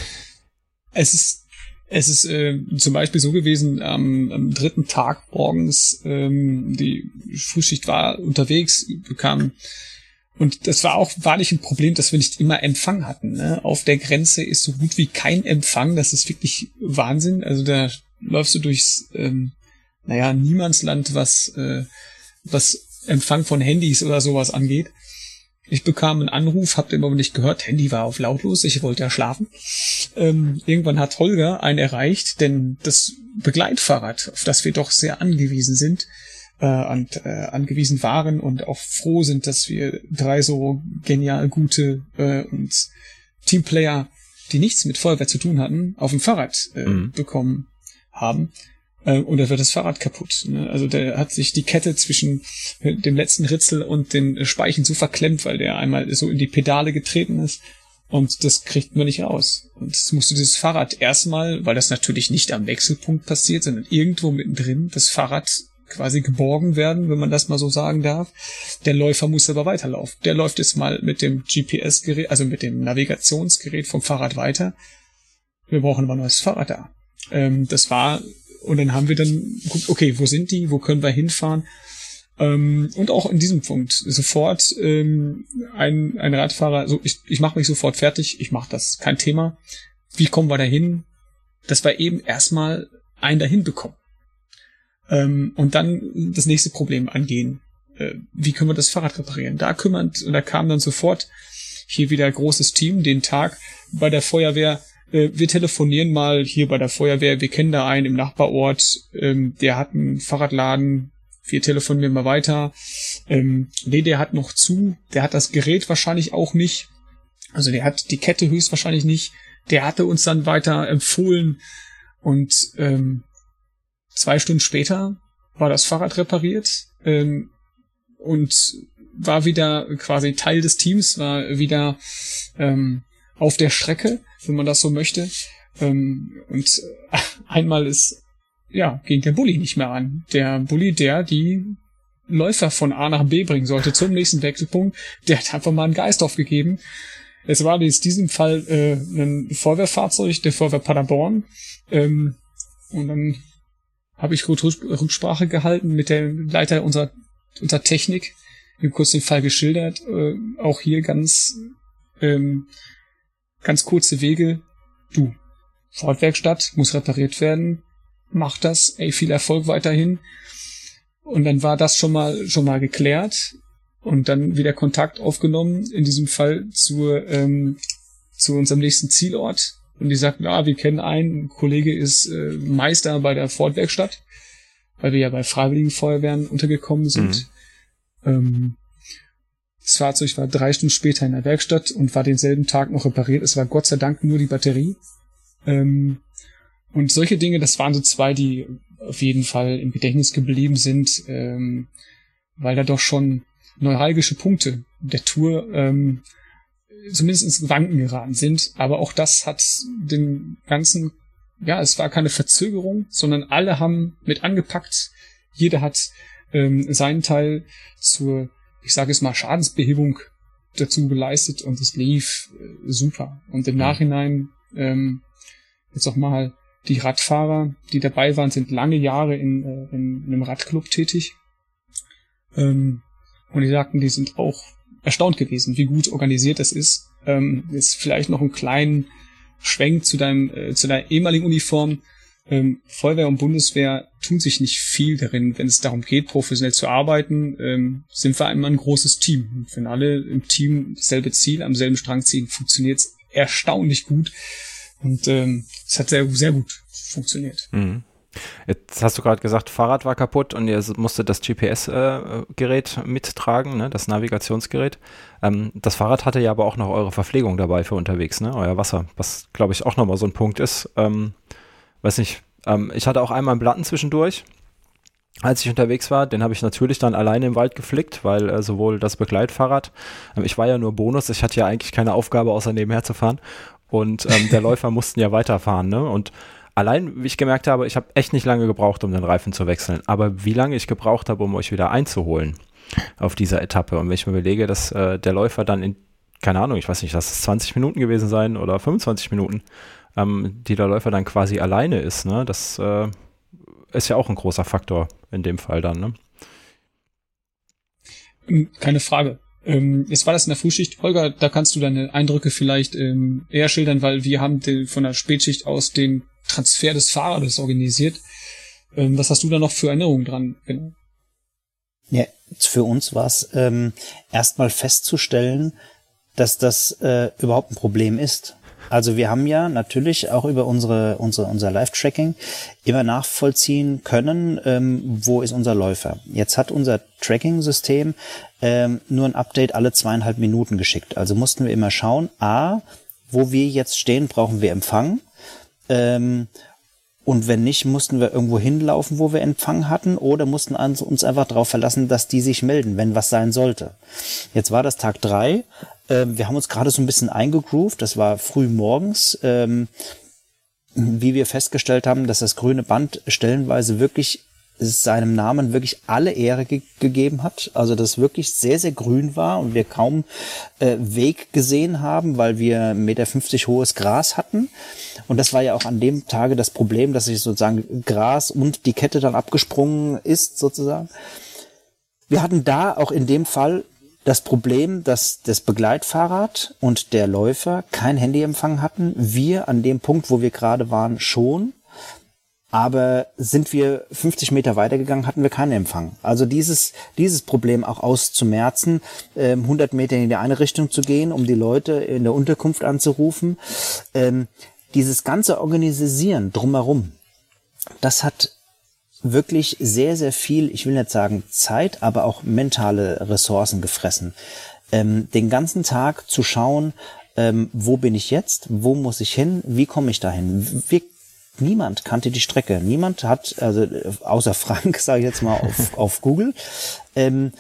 es ist Es ist äh, zum Beispiel so gewesen, am, am dritten Tag morgens, ähm, die Frühschicht war unterwegs, bekam, und das war auch wahrlich ein Problem, dass wir nicht immer Empfang hatten. Ne? Auf der Grenze ist so gut wie kein Empfang, das ist wirklich Wahnsinn. Also da läufst du durchs ähm, naja, Niemandsland, was, äh, was Empfang von Handys oder sowas angeht. Ich bekam einen Anruf, hab den aber nicht gehört. Handy war auf lautlos, ich wollte ja schlafen. Ähm, irgendwann hat Holger einen erreicht, denn das Begleitfahrrad, auf das wir doch sehr angewiesen sind, äh, und, äh, angewiesen waren und auch froh sind, dass wir drei so genial gute äh, und Teamplayer, die nichts mit Feuerwehr zu tun hatten, auf dem Fahrrad äh, mhm. bekommen haben. Und da wird das Fahrrad kaputt. Ne? Also der hat sich die Kette zwischen dem letzten Ritzel und den Speichen so verklemmt, weil der einmal so in die Pedale getreten ist. Und das kriegt man nicht raus. Und es musste dieses Fahrrad erstmal, weil das natürlich nicht am Wechselpunkt passiert, sondern irgendwo mittendrin, das Fahrrad quasi geborgen werden, wenn man das mal so sagen darf. Der Läufer muss aber weiterlaufen. Der läuft jetzt mal mit dem G P S-Gerät, also mit dem Navigationsgerät vom Fahrrad weiter. Wir brauchen aber ein neues Fahrrad da. Ähm, das war... Und dann haben wir dann geguckt, okay, wo sind die, wo können wir hinfahren? Ähm, und auch in diesem Punkt sofort ähm, ein, ein Radfahrer, so ich, ich mache mich sofort fertig, ich mache das, kein Thema. Wie kommen wir da hin? Dass wir eben erstmal einen dahin bekommen. Ähm, und dann das nächste Problem angehen. Äh, wie können wir das Fahrrad reparieren? Da kümmert, und da kam dann sofort hier wieder ein großes Team, den Tag bei der Feuerwehr. Wir telefonieren mal hier bei der Feuerwehr, wir kennen da einen im Nachbarort, ähm, der hat einen Fahrradladen, wir telefonieren mal weiter. Ähm, nee, der hat noch zu, der hat das Gerät wahrscheinlich auch nicht, also der hat die Kette höchstwahrscheinlich nicht, der hatte uns dann weiter empfohlen und ähm, zwei Stunden später war das Fahrrad repariert ähm, und war wieder quasi Teil des Teams, war wieder ähm, auf der Strecke, wenn man das so möchte. Ähm, und einmal ist, ja, ging der Bulli nicht mehr an. Der Bulli, der die Läufer von A nach B bringen sollte zum nächsten Wechselpunkt, der hat einfach mal einen Geist aufgegeben. Es war in diesem Fall äh, ein Feuerwehrfahrzeug, der Feuerwehr Paderborn. Ähm, und dann habe ich kurz Rücksprache gehalten mit der Leiter unserer, unserer Technik. Ich habe kurz den Fall geschildert. Äh, auch hier ganz... Ähm, Ganz kurze Wege. Du, Ford-Werkstatt, muss repariert werden. Mach das. Ey, viel Erfolg weiterhin. Und dann war das schon mal, schon mal geklärt. Und dann wieder Kontakt aufgenommen. In diesem Fall zur, ähm, zu unserem nächsten Zielort. Und die sagten, ja, wir kennen einen. Ein Kollege ist äh, Meister bei der Ford-Werkstatt. Weil wir ja bei Freiwilligen Feuerwehren untergekommen sind. Mhm. Ähm, Das Fahrzeug war drei Stunden später in der Werkstatt und war denselben Tag noch repariert. Es war Gott sei Dank nur die Batterie. Ähm, und solche Dinge, das waren so zwei, die auf jeden Fall im Gedächtnis geblieben sind, ähm, weil da doch schon neuralgische Punkte der Tour ähm, zumindest ins Wanken geraten sind. Aber auch das hat den ganzen, ja, es war keine Verzögerung, sondern alle haben mit angepackt. Jeder hat ähm, seinen Teil zur, ich sage es mal, Schadensbehebung dazu geleistet und es lief äh, super. Und im Nachhinein ähm, jetzt auch mal die Radfahrer, die dabei waren, sind lange Jahre in, äh, in, in einem Radclub tätig. Ähm, und die sagten, die sind auch erstaunt gewesen, wie gut organisiert das ist. Ähm, jetzt vielleicht noch einen kleinen Schwenk zu deinem, äh, zu deiner ehemaligen Uniform. Ähm, Feuerwehr und Bundeswehr tun sich nicht viel darin, wenn es darum geht, professionell zu arbeiten, ähm, sind wir einmal ein großes Team. Und wenn alle im Team dasselbe Ziel, am selben Strang ziehen, funktioniert es erstaunlich gut. Und ähm, es hat sehr, sehr gut funktioniert. Mhm. Jetzt hast du gerade gesagt, Fahrrad war kaputt und ihr musstet das G P S-Gerät äh, mittragen, ne, das Navigationsgerät. Ähm, das Fahrrad hatte ja aber auch noch eure Verpflegung dabei für unterwegs, ne, euer Wasser, was glaube ich auch nochmal so ein Punkt ist. Ähm, weiß nicht, ähm, ich hatte auch einmal einen Platten zwischendurch, als ich unterwegs war. Den habe ich natürlich dann alleine im Wald geflickt, weil äh, sowohl das Begleitfahrrad, ähm, ich war ja nur Bonus, ich hatte ja eigentlich keine Aufgabe, außer nebenher zu fahren. Und ähm, der Läufer mussten ja weiterfahren, ne? Und allein, wie ich gemerkt habe, ich habe echt nicht lange gebraucht, um den Reifen zu wechseln. Aber wie lange ich gebraucht habe, um euch wieder einzuholen auf dieser Etappe. Und wenn ich mir überlege, dass äh, der Läufer dann in, keine Ahnung, ich weiß nicht, lass es zwanzig Minuten gewesen sein oder fünfundzwanzig Minuten, ähm, die der Läufer dann quasi alleine ist, ne? Das äh, ist ja auch ein großer Faktor in dem Fall dann, ne? Keine Frage. Ähm, jetzt war das in der Frühschicht. Holger, da kannst du deine Eindrücke vielleicht ähm, eher schildern, weil wir haben den, von der Spätschicht aus den Transfer des Fahrrades organisiert. Ähm, was hast du da noch für Erinnerungen dran? Genau. Ja, für uns war es ähm, erstmal festzustellen, dass das äh, überhaupt ein Problem ist. Also wir haben ja natürlich auch über unsere, unsere unser Live-Tracking immer nachvollziehen können, ähm, wo ist unser Läufer. Jetzt hat unser Tracking-System ähm, nur ein Update alle zweieinhalb Minuten geschickt. Also mussten wir immer schauen, a, wo wir jetzt stehen, brauchen wir Empfang. Ähm, und wenn nicht, mussten wir irgendwo hinlaufen, wo wir Empfang hatten, oder mussten uns einfach darauf verlassen, dass die sich melden, wenn was sein sollte. Jetzt war das Tag drei. Wir haben uns gerade so ein bisschen eingegroovt, das war früh morgens, ähm, wie wir festgestellt haben, dass das grüne Band stellenweise wirklich seinem Namen wirklich alle Ehre ge- gegeben hat, also das wirklich sehr, sehr grün war und wir kaum äh, Weg gesehen haben, weil wir eins Komma fünfzig Meter hohes Gras hatten, und das war ja auch an dem Tage das Problem, dass sich sozusagen Gras und die Kette dann abgesprungen ist sozusagen. Wir hatten da auch in dem Fall das Problem, dass das Begleitfahrrad und der Läufer kein Handyempfang hatten. Wir an dem Punkt, wo wir gerade waren, schon. Aber sind wir fünfzig Meter weitergegangen, hatten wir keinen Empfang. Also dieses dieses Problem auch auszumerzen, ähm, hundert Meter in die eine Richtung zu gehen, um die Leute in der Unterkunft anzurufen. Ähm, dieses ganze Organisieren drumherum, das hat wirklich sehr, sehr viel, ich will nicht sagen Zeit, aber auch mentale Ressourcen gefressen. Ähm, den ganzen Tag zu schauen, ähm, wo bin ich jetzt, wo muss ich hin, wie komme ich dahin? Wir, niemand kannte die Strecke, niemand hat, also außer Frank, sage ich jetzt mal auf, auf Google, ähm,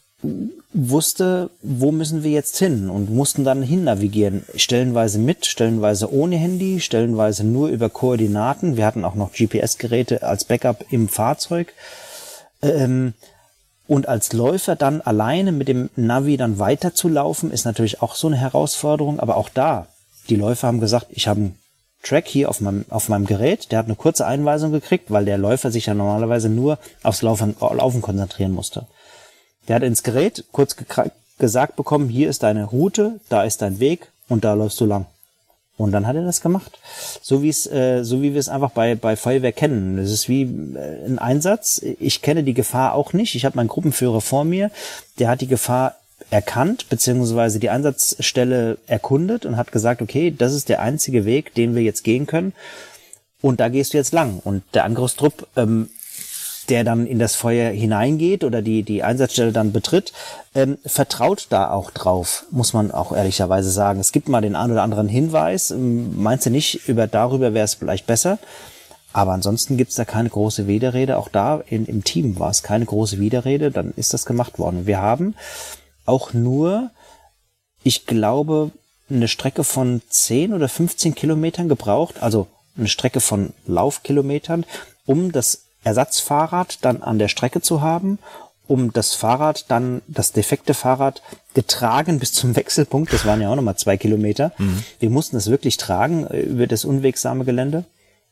wusste, wo müssen wir jetzt hin, und mussten dann hin navigieren, stellenweise mit, stellenweise ohne Handy, stellenweise nur über Koordinaten. Wir hatten auch noch G P S-Geräte als Backup im Fahrzeug. Ähm, und als Läufer dann alleine mit dem Navi dann weiterzulaufen, ist natürlich auch so eine Herausforderung. Aber auch da, die Läufer haben gesagt, ich habe einen Track hier auf meinem, auf meinem Gerät, der hat eine kurze Einweisung gekriegt, weil der Läufer sich ja normalerweise nur aufs Laufen, Laufen konzentrieren musste. Der hat ins Gerät kurz ge- gesagt bekommen, hier ist deine Route, da ist dein Weg und da läufst du lang. Und dann hat er das gemacht. So wie es, äh, so wie wir es einfach bei, bei Feuerwehr kennen. Das ist wie äh, ein Einsatz. Ich kenne die Gefahr auch nicht. Ich habe meinen Gruppenführer vor mir, der hat die Gefahr erkannt, beziehungsweise die Einsatzstelle erkundet und hat gesagt, okay, das ist der einzige Weg, den wir jetzt gehen können. Und da gehst du jetzt lang. Und der Angriffstrupp, ähm, der dann in das Feuer hineingeht oder die die Einsatzstelle dann betritt, ähm, vertraut da auch drauf, muss man auch ehrlicherweise sagen. Es gibt mal den einen oder anderen Hinweis, ähm, meinst du nicht, über darüber wäre es vielleicht besser, aber ansonsten gibt's da keine große Widerrede. Auch da in, im Team war es keine große Widerrede, dann ist das gemacht worden. Wir haben auch nur, ich glaube, eine Strecke von zehn oder fünfzehn Kilometern gebraucht, also eine Strecke von Laufkilometern, um das Ersatzfahrrad dann an der Strecke zu haben, um das Fahrrad dann, das defekte Fahrrad getragen bis zum Wechselpunkt, das waren ja auch nochmal zwei Kilometer. Mhm. Wir mussten es wirklich tragen über das unwegsame Gelände,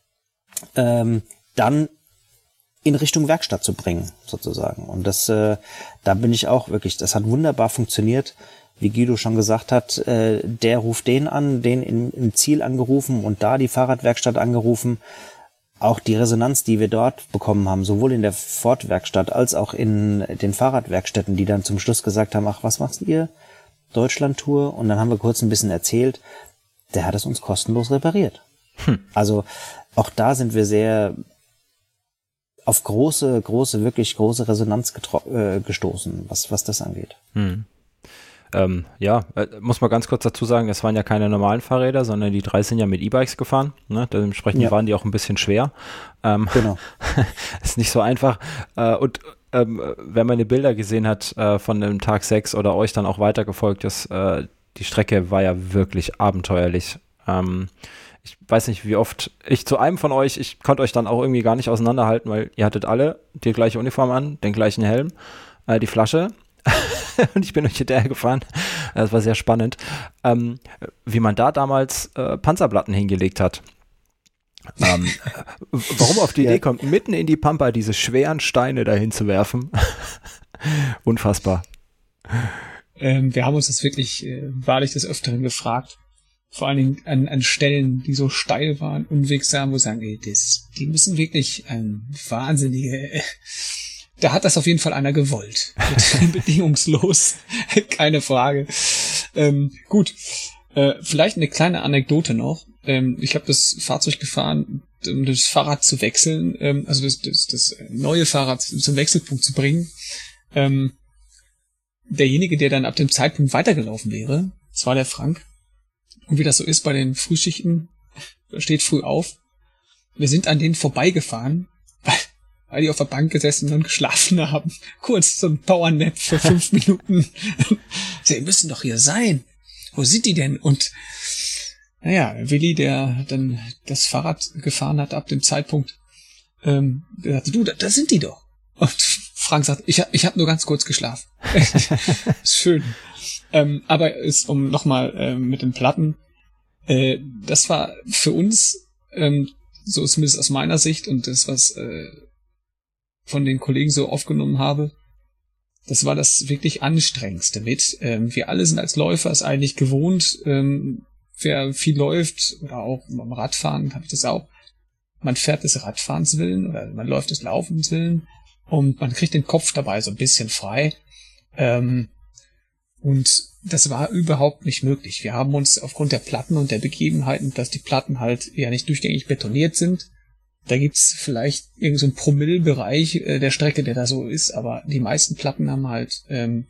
ähm, dann in Richtung Werkstatt zu bringen, sozusagen. Und das, äh, da bin ich auch wirklich, das hat wunderbar funktioniert. Wie Guido schon gesagt hat, äh, der ruft den an, den in, im Ziel angerufen und da die Fahrradwerkstatt angerufen. Auch die Resonanz, die wir dort bekommen haben, sowohl in der Ford-Werkstatt als auch in den Fahrradwerkstätten, die dann zum Schluss gesagt haben, ach, was macht ihr? Deutschland-Tour? Und dann haben wir kurz ein bisschen erzählt, der hat es uns kostenlos repariert. Hm. Also auch da sind wir sehr auf große, große, wirklich große Resonanz getro- äh, gestoßen, was, was das angeht. Hm. Ähm, ja, äh, muss man ganz kurz dazu sagen, es waren ja keine normalen Fahrräder, sondern die drei sind ja mit E-Bikes gefahren. Ne? Dementsprechend ja. waren die auch ein bisschen schwer. Ähm, genau. Ist nicht so einfach. Äh, und ähm, wenn man die Bilder gesehen hat äh, von dem Tag sechs oder euch dann auch weitergefolgt ist, äh, die Strecke war ja wirklich abenteuerlich. Ähm, ich weiß nicht, wie oft ich zu einem von euch, ich konnte euch dann auch irgendwie gar nicht auseinanderhalten, weil ihr hattet alle die gleiche Uniform an, den gleichen Helm, äh, die Flasche. Und ich bin euch hinterher gefahren. Das war sehr spannend, ähm, wie man da damals äh, Panzerplatten hingelegt hat. Ähm, warum auf die ja. Idee kommt, mitten in die Pampa diese schweren Steine dahin zu werfen. Unfassbar. Ähm, wir haben uns das wirklich äh, wahrlich des Öfteren gefragt. Vor allen Dingen an, an Stellen, die so steil waren, unwegsam, wo sagen, ey, das, die müssen wirklich ähm, wahnsinnige... Äh, da hat das auf jeden Fall einer gewollt. Bedingungslos. Keine Frage. Ähm, gut. Äh, vielleicht eine kleine Anekdote noch. Ähm, ich habe das Fahrzeug gefahren, um das Fahrrad zu wechseln, ähm, also das, das, das neue Fahrrad zum Wechselpunkt zu bringen. Ähm, derjenige, der dann ab dem Zeitpunkt weitergelaufen wäre, das war der Frank. Und wie das so ist bei den Frühschichten, steht früh auf. Wir sind an denen vorbeigefahren, weil, weil die auf der Bank gesessen und geschlafen haben. Kurz so ein Powernap für fünf Minuten. Sie müssen doch hier sein. Wo sind die denn? Und naja, Willi, der dann das Fahrrad gefahren hat ab dem Zeitpunkt, ähm, der sagte, du, da, da sind die doch. Und Frank sagt, ich, ich habe nur ganz kurz geschlafen. Ist schön. Ähm, aber ist, um nochmal ähm, mit den Platten, äh, das war für uns, ähm, so zumindest aus meiner Sicht und das, was äh, von den Kollegen so aufgenommen habe, das war das wirklich Anstrengendste mit. Ähm, wir alle sind als Läufer es eigentlich gewohnt, ähm, wer viel läuft oder auch beim Radfahren habe ich das auch. Man fährt des Radfahrens willen oder man läuft des Laufens willen und man kriegt den Kopf dabei so ein bisschen frei. Ähm, und das war überhaupt nicht möglich. Wir haben uns aufgrund der Platten und der Begebenheiten, dass die Platten halt ja nicht durchgängig betoniert sind, da gibt's vielleicht irgend so einen Promille-Bereich äh, der Strecke, der da so ist, aber die meisten Platten haben halt ähm,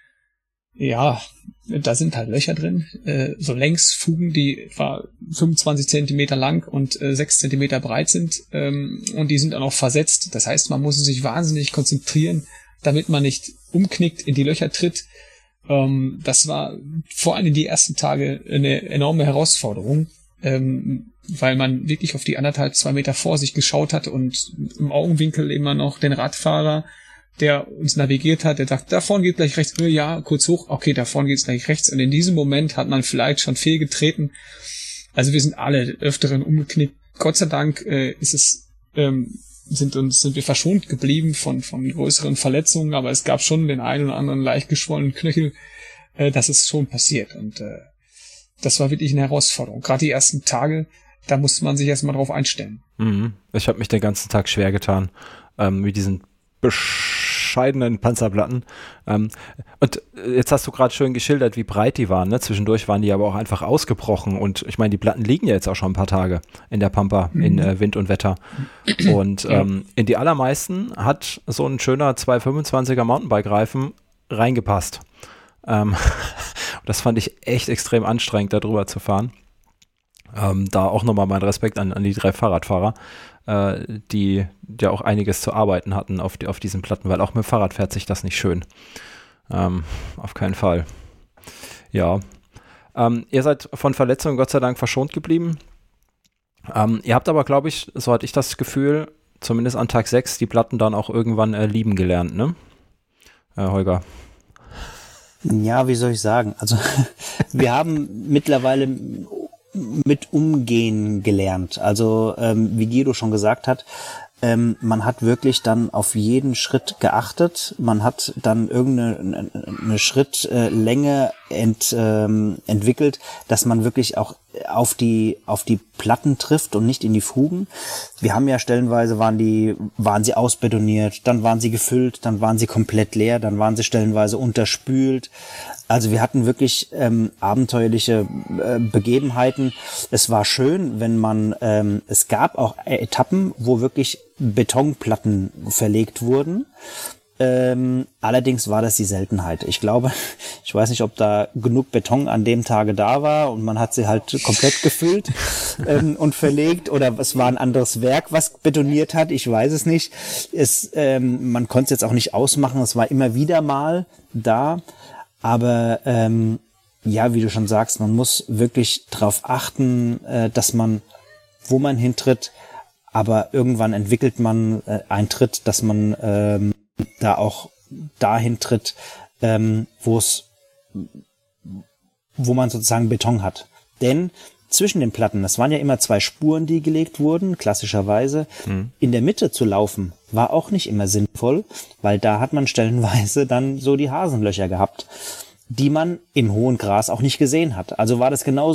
ja, da sind halt Löcher drin, äh, so Längsfugen, die etwa fünfundzwanzig Zentimeter lang und äh, sechs Zentimeter breit sind, ähm, und die sind dann auch versetzt. Das heißt, man muss sich wahnsinnig konzentrieren, damit man nicht umknickt, in die Löcher tritt. Ähm, das war vor allem die ersten Tage eine enorme Herausforderung, ähm, weil man wirklich auf die anderthalb, zwei Meter vor sich geschaut hat und im Augenwinkel immer noch den Radfahrer, der uns navigiert hat, der sagt, da vorne geht gleich rechts, ja, kurz hoch, okay, da vorne geht's gleich rechts. Und in diesem Moment hat man vielleicht schon fehlgetreten. Also wir sind alle öfteren umgeknickt. Gott sei Dank äh, ist es, ähm, sind uns, sind wir verschont geblieben von, von größeren Verletzungen, aber es gab schon den einen oder anderen leicht geschwollenen Knöchel. Äh, das ist schon passiert. Und äh, das war wirklich eine Herausforderung. Gerade die ersten Tage, da musste man sich erstmal drauf einstellen. Mhm. Ich habe mich den ganzen Tag schwer getan, ähm, mit diesen bescheidenen Panzerplatten. Ähm, und jetzt hast du gerade schön geschildert, wie breit die waren. Ne? Zwischendurch waren die aber auch einfach ausgebrochen. Und ich meine, die Platten liegen ja jetzt auch schon ein paar Tage in der Pampa, mhm. in äh, Wind und Wetter. Und ähm, in die allermeisten hat so ein schöner zweihundertfünfundzwanziger Mountainbike-Reifen reingepasst. Ähm, das fand ich echt extrem anstrengend, da drüber zu fahren. Ähm, da auch nochmal mein Respekt an, an die drei Fahrradfahrer, äh, die ja auch einiges zu arbeiten hatten auf, die, auf diesen Platten, weil auch mit dem Fahrrad fährt sich das nicht schön. Ähm, auf keinen Fall. Ja. Ähm, ihr seid von Verletzungen Gott sei Dank verschont geblieben. Ähm, ihr habt aber, glaube ich, so hatte ich das Gefühl, zumindest an Tag sechs, die Platten dann auch irgendwann äh, lieben gelernt, ne? Äh, Holger. Ja, wie soll ich sagen? Also wir haben mittlerweile mit umgehen gelernt. Also ähm, wie Guido schon gesagt hat, ähm, man hat wirklich dann auf jeden Schritt geachtet. Man hat dann irgendeine eine Schrittlänge ent, ähm, entwickelt, dass man wirklich auch auf die auf die Platten trifft und nicht in die Fugen. Wir haben ja stellenweise waren die waren sie ausbetoniert, dann waren sie gefüllt, dann waren sie komplett leer, dann waren sie stellenweise unterspült. Also wir hatten wirklich ähm, abenteuerliche äh, Begebenheiten. Es war schön, wenn man, ähm, es gab auch Etappen, wo wirklich Betonplatten verlegt wurden. Ähm, allerdings war das die Seltenheit. Ich glaube, ich weiß nicht, ob da genug Beton an dem Tage da war und man hat sie halt komplett gefüllt ähm, und verlegt oder es war ein anderes Werk, was betoniert hat. Ich weiß es nicht. Es, ähm, man konnte es jetzt auch nicht ausmachen. Es war immer wieder mal da. Aber ähm, ja, wie du schon sagst, man muss wirklich darauf achten, äh, dass man, wo man hintritt, aber irgendwann entwickelt man äh, einen Tritt, dass man ähm, da auch dahin tritt, ähm, wo es, wo man sozusagen Beton hat. Denn zwischen den Platten, das waren ja immer zwei Spuren, die gelegt wurden, klassischerweise, mhm. in der Mitte zu laufen, war auch nicht immer sinnvoll, weil da hat man stellenweise dann so die Hasenlöcher gehabt, die man im hohen Gras auch nicht gesehen hat. Also war das genauso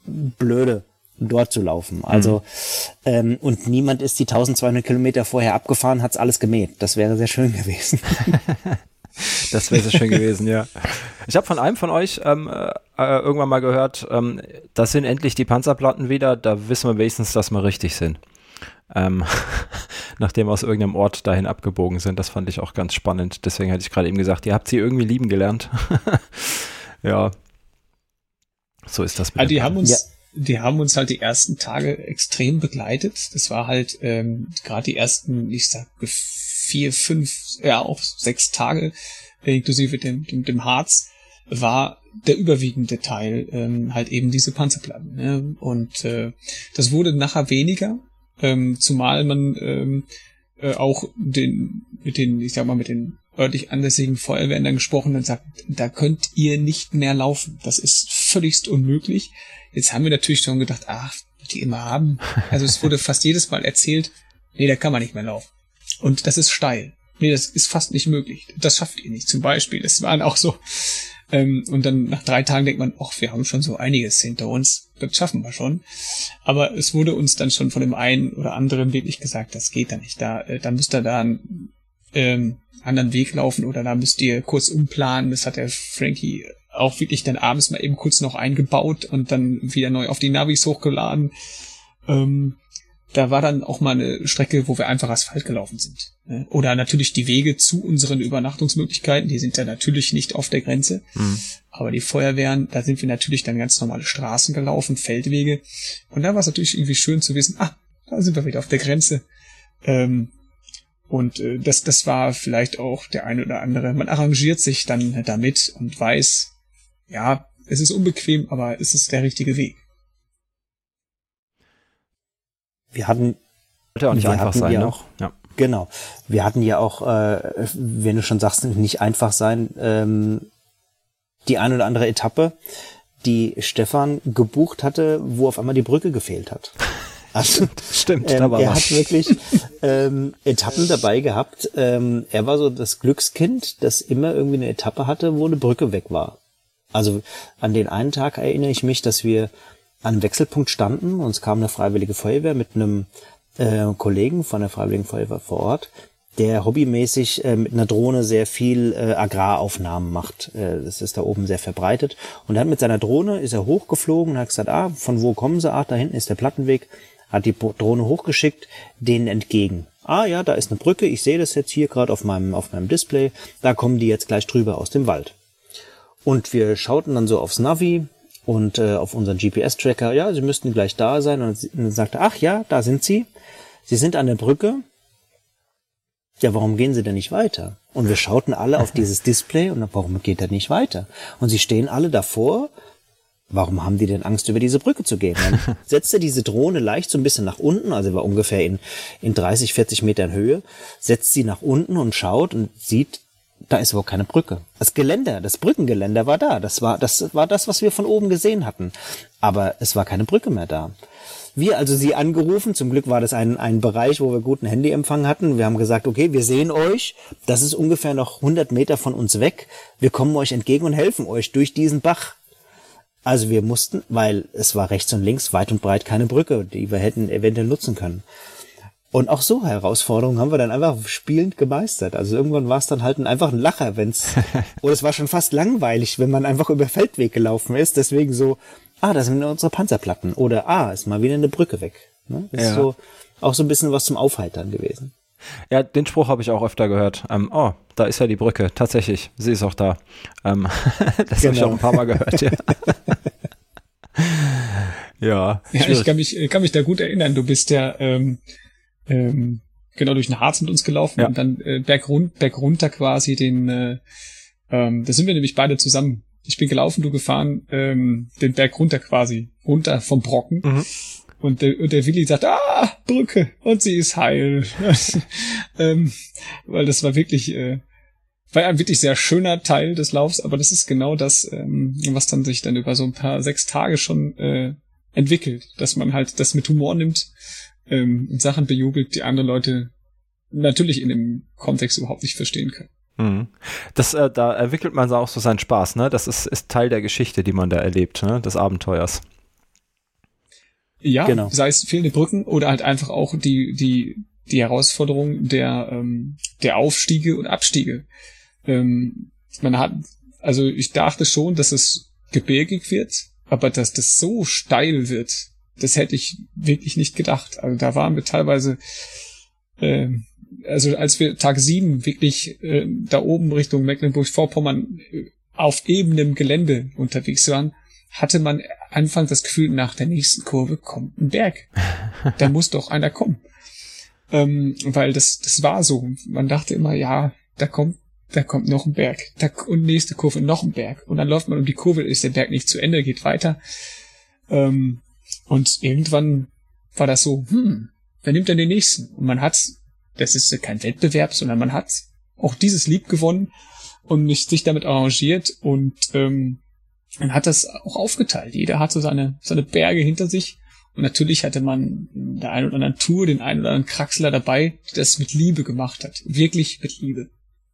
blöde, dort zu laufen. Also mhm. ähm, und niemand ist die eintausendzweihundert Kilometer vorher abgefahren, hat's alles gemäht. Das wäre sehr schön gewesen. Das wäre sehr schön gewesen, ja. Ich habe von einem von euch ähm, äh, irgendwann mal gehört, ähm, das sind endlich die Panzerplatten wieder, da wissen wir wenigstens, dass wir richtig sind. Ähm, nachdem wir aus irgendeinem Ort dahin abgebogen sind, das fand ich auch ganz spannend. Deswegen hatte ich gerade eben gesagt, ihr habt sie irgendwie lieben gelernt. Ja, so ist das mit also die dem haben uns ja. Die haben uns halt die ersten Tage extrem begleitet. Das war halt ähm, gerade die ersten, ich sag vier, fünf, ja auch sechs Tage, äh, inklusive dem, dem, dem Harz, war der überwiegende Teil ähm, halt eben diese Panzerplatten. Ne? Und äh, das wurde nachher weniger, ähm, zumal man ähm, äh, auch den mit den, ich sag mal, mit den örtlich ansässigen Feuerwehren dann gesprochen und sagt, da könnt ihr nicht mehr laufen. Das ist völligst unmöglich. Jetzt haben wir natürlich schon gedacht, ach, die immer haben. Also es wurde fast jedes Mal erzählt, nee, da kann man nicht mehr laufen. Und das ist steil. Nee, das ist fast nicht möglich. Das schafft ihr nicht, zum Beispiel. Das waren auch so. Ähm, und dann nach drei Tagen denkt man, ach, wir haben schon so einiges hinter uns. Das schaffen wir schon. Aber es wurde uns dann schon von dem einen oder anderen wirklich gesagt, das geht da nicht. Da, äh, da müsst ihr da einen ähm, anderen Weg laufen oder da müsst ihr kurz umplanen. Das hat der Frankie auch wirklich dann abends mal eben kurz noch eingebaut und dann wieder neu auf die Navis hochgeladen. Ähm, da war dann auch mal eine Strecke, wo wir einfach Asphalt gelaufen sind. Ne? Oder natürlich die Wege zu unseren Übernachtungsmöglichkeiten, die sind ja natürlich nicht auf der Grenze. Mhm. Aber die Feuerwehren, da sind wir natürlich dann ganz normale Straßen gelaufen, Feldwege. Und da war es natürlich irgendwie schön zu wissen, ah, da sind wir wieder auf der Grenze. Ähm, und äh, das, das war vielleicht auch der eine oder andere. Man arrangiert sich dann damit und weiß, ja, es ist unbequem, aber es ist der richtige Weg. Wir hatten, sollte auch nicht wir einfach hatten sein, ja ne? auch, Ja. Genau. Wir hatten ja auch, äh, wenn du schon sagst, nicht einfach sein, ähm, die eine oder andere Etappe, die Stefan gebucht hatte, wo auf einmal die Brücke gefehlt hat. Also, Stimmt, ähm, da war er was. hat wirklich ähm, Etappen dabei gehabt. Ähm, er war so das Glückskind, das immer irgendwie eine Etappe hatte, wo eine Brücke weg war. Also an den einen Tag erinnere ich mich, dass wir an einem Wechselpunkt standen und es kam eine Freiwillige Feuerwehr mit einem äh, Kollegen von der Freiwilligen Feuerwehr vor Ort, der hobbymäßig äh, mit einer Drohne sehr viel äh, Agraraufnahmen macht. Äh, das ist da oben sehr verbreitet. Und er hat mit seiner Drohne, ist er hochgeflogen und hat gesagt, ah, von wo kommen sie? Ah, da hinten ist der Plattenweg. Hat die Drohne hochgeschickt, denen entgegen. Ah ja, da ist eine Brücke, ich sehe das jetzt hier gerade auf meinem, auf meinem Display. Da kommen die jetzt gleich drüber aus dem Wald. Und wir schauten dann so aufs Navi und äh, auf unseren G P S-Tracker, ja, sie müssten gleich da sein. Und dann sagte, ach ja, da sind sie. Sie sind an der Brücke. Ja, warum gehen sie denn nicht weiter? Und wir schauten alle auf dieses Display und dann, warum geht er nicht weiter? Und sie stehen alle davor. Warum haben die denn Angst, über diese Brücke zu gehen? Dann setzte diese Drohne leicht so ein bisschen nach unten, also war ungefähr in, in dreißig, vierzig Metern Höhe, setzt sie nach unten und schaut und sieht, da ist überhaupt keine Brücke. Das Geländer, das Brückengeländer war da. Das war, das war das, was wir von oben gesehen hatten. Aber es war keine Brücke mehr da. Wir also sie angerufen, zum Glück war das ein, ein Bereich, wo wir guten Handyempfang hatten. Wir haben gesagt, okay, wir sehen euch, das ist ungefähr noch hundert Meter von uns weg. Wir kommen euch entgegen und helfen euch durch diesen Bach. Also wir mussten, weil es war rechts und links weit und breit keine Brücke, die wir hätten eventuell nutzen können. Und auch so Herausforderungen haben wir dann einfach spielend gemeistert. Also irgendwann war es dann halt ein, einfach ein Lacher, wenn's, oder es war schon fast langweilig, wenn man einfach über Feldweg gelaufen ist. Deswegen so, ah, da sind unsere Panzerplatten. Oder, ah, ist mal wieder eine Brücke weg. Ne? Das ja. ist so, auch so ein bisschen was zum Aufheitern gewesen. Ja, den Spruch habe ich auch öfter gehört. Ähm, oh, da ist ja die Brücke. Tatsächlich, sie ist auch da. Ähm, das genau. habe ich auch ein paar Mal gehört. Ja, ja, ja ich kann mich, kann mich da gut erinnern. Du bist ja ähm, ähm, genau durch den Harz mit uns gelaufen ja. und dann äh, bergrund, bergunter quasi den. Äh, ähm, da sind wir nämlich beide zusammen. Ich bin gelaufen, du gefahren, ähm, den Berg runter quasi, runter vom Brocken. Mhm. Und der, und der Willi sagt, ah, Brücke, und sie ist heil. ähm, weil das war wirklich, äh, war ein wirklich sehr schöner Teil des Laufs, aber das ist genau das, ähm, was dann sich dann über so ein paar sechs Tage schon äh, entwickelt, dass man halt das mit Humor nimmt ähm, und Sachen bejubelt, die andere Leute natürlich in dem Kontext überhaupt nicht verstehen können. Mhm. Das, äh, da entwickelt man auch so seinen Spaß, ne? Das ist, ist Teil der Geschichte, die man da erlebt, ne? Des Abenteuers. Ja, genau. Sei es fehlende Brücken oder halt einfach auch die, die, die Herausforderung der, ähm, der Aufstiege und Abstiege. Ähm, man hat, also ich dachte schon, dass es gebirgig wird, aber dass das so steil wird, das hätte ich wirklich nicht gedacht. Also da waren wir teilweise, äh, also als wir Tag sieben wirklich äh, da oben Richtung Mecklenburg-Vorpommern äh, auf ebenem Gelände unterwegs waren, hatte man anfangs das Gefühl, nach der nächsten Kurve kommt ein Berg. Da muss doch einer kommen. Ähm, weil das, das war so. Man dachte immer, ja, da kommt, da kommt noch ein Berg. Da, und nächste Kurve noch ein Berg. Und dann läuft man um die Kurve, ist der Berg nicht zu Ende, geht weiter. Ähm, und irgendwann war das so, hm, wer nimmt denn den nächsten? Und man hat, das ist kein Wettbewerb, sondern man hat auch dieses Lieb gewonnen und mich, sich damit arrangiert und, ähm, man hat das auch aufgeteilt. Jeder hatte seine, seine Berge hinter sich. Und natürlich hatte man in der einen oder anderen Tour den einen oder anderen Kraxler dabei, der das mit Liebe gemacht hat. Wirklich mit Liebe.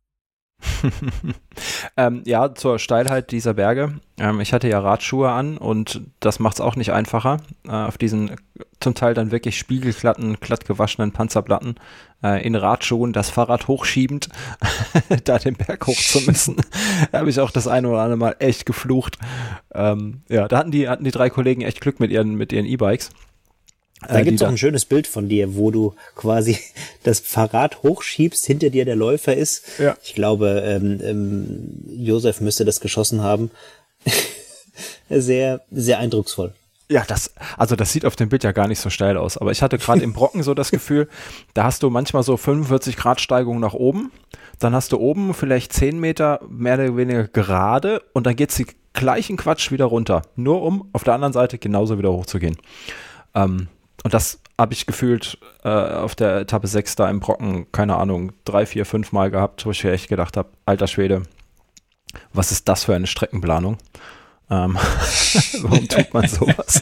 ähm, ja, zur Steilheit dieser Berge. Ähm, ich hatte ja Radschuhe an und das macht es auch nicht einfacher, äh, auf diesen zum Teil dann wirklich spiegelglatten, glatt gewaschenen Panzerplatten äh, in Radschuhen das Fahrrad hochschiebend, da den Berg hoch zu müssen. Da habe ich auch das eine oder andere Mal echt geflucht. Ähm, ja, da hatten die, hatten die drei Kollegen echt Glück mit ihren, mit ihren E-Bikes. Da gibt es auch ein schönes Bild von dir, wo du quasi das Fahrrad hochschiebst, hinter dir der Läufer ist. Ja. Ich glaube, ähm, ähm, Josef müsste das geschossen haben. Sehr, sehr eindrucksvoll. Ja, das, also das sieht auf dem Bild ja gar nicht so steil aus, aber ich hatte gerade im Brocken so das Gefühl, da hast du manchmal so fünfundvierzig Grad Steigung nach oben, dann hast du oben vielleicht zehn Meter mehr oder weniger gerade und dann geht's die gleichen Quatsch wieder runter, nur um auf der anderen Seite genauso wieder hochzugehen. Ähm, Und das habe ich gefühlt äh, auf der Etappe sechs da im Brocken, keine Ahnung, drei, vier, fünf Mal gehabt, wo ich mir echt gedacht habe, alter Schwede, was ist das für eine Streckenplanung? Ähm, warum tut man sowas?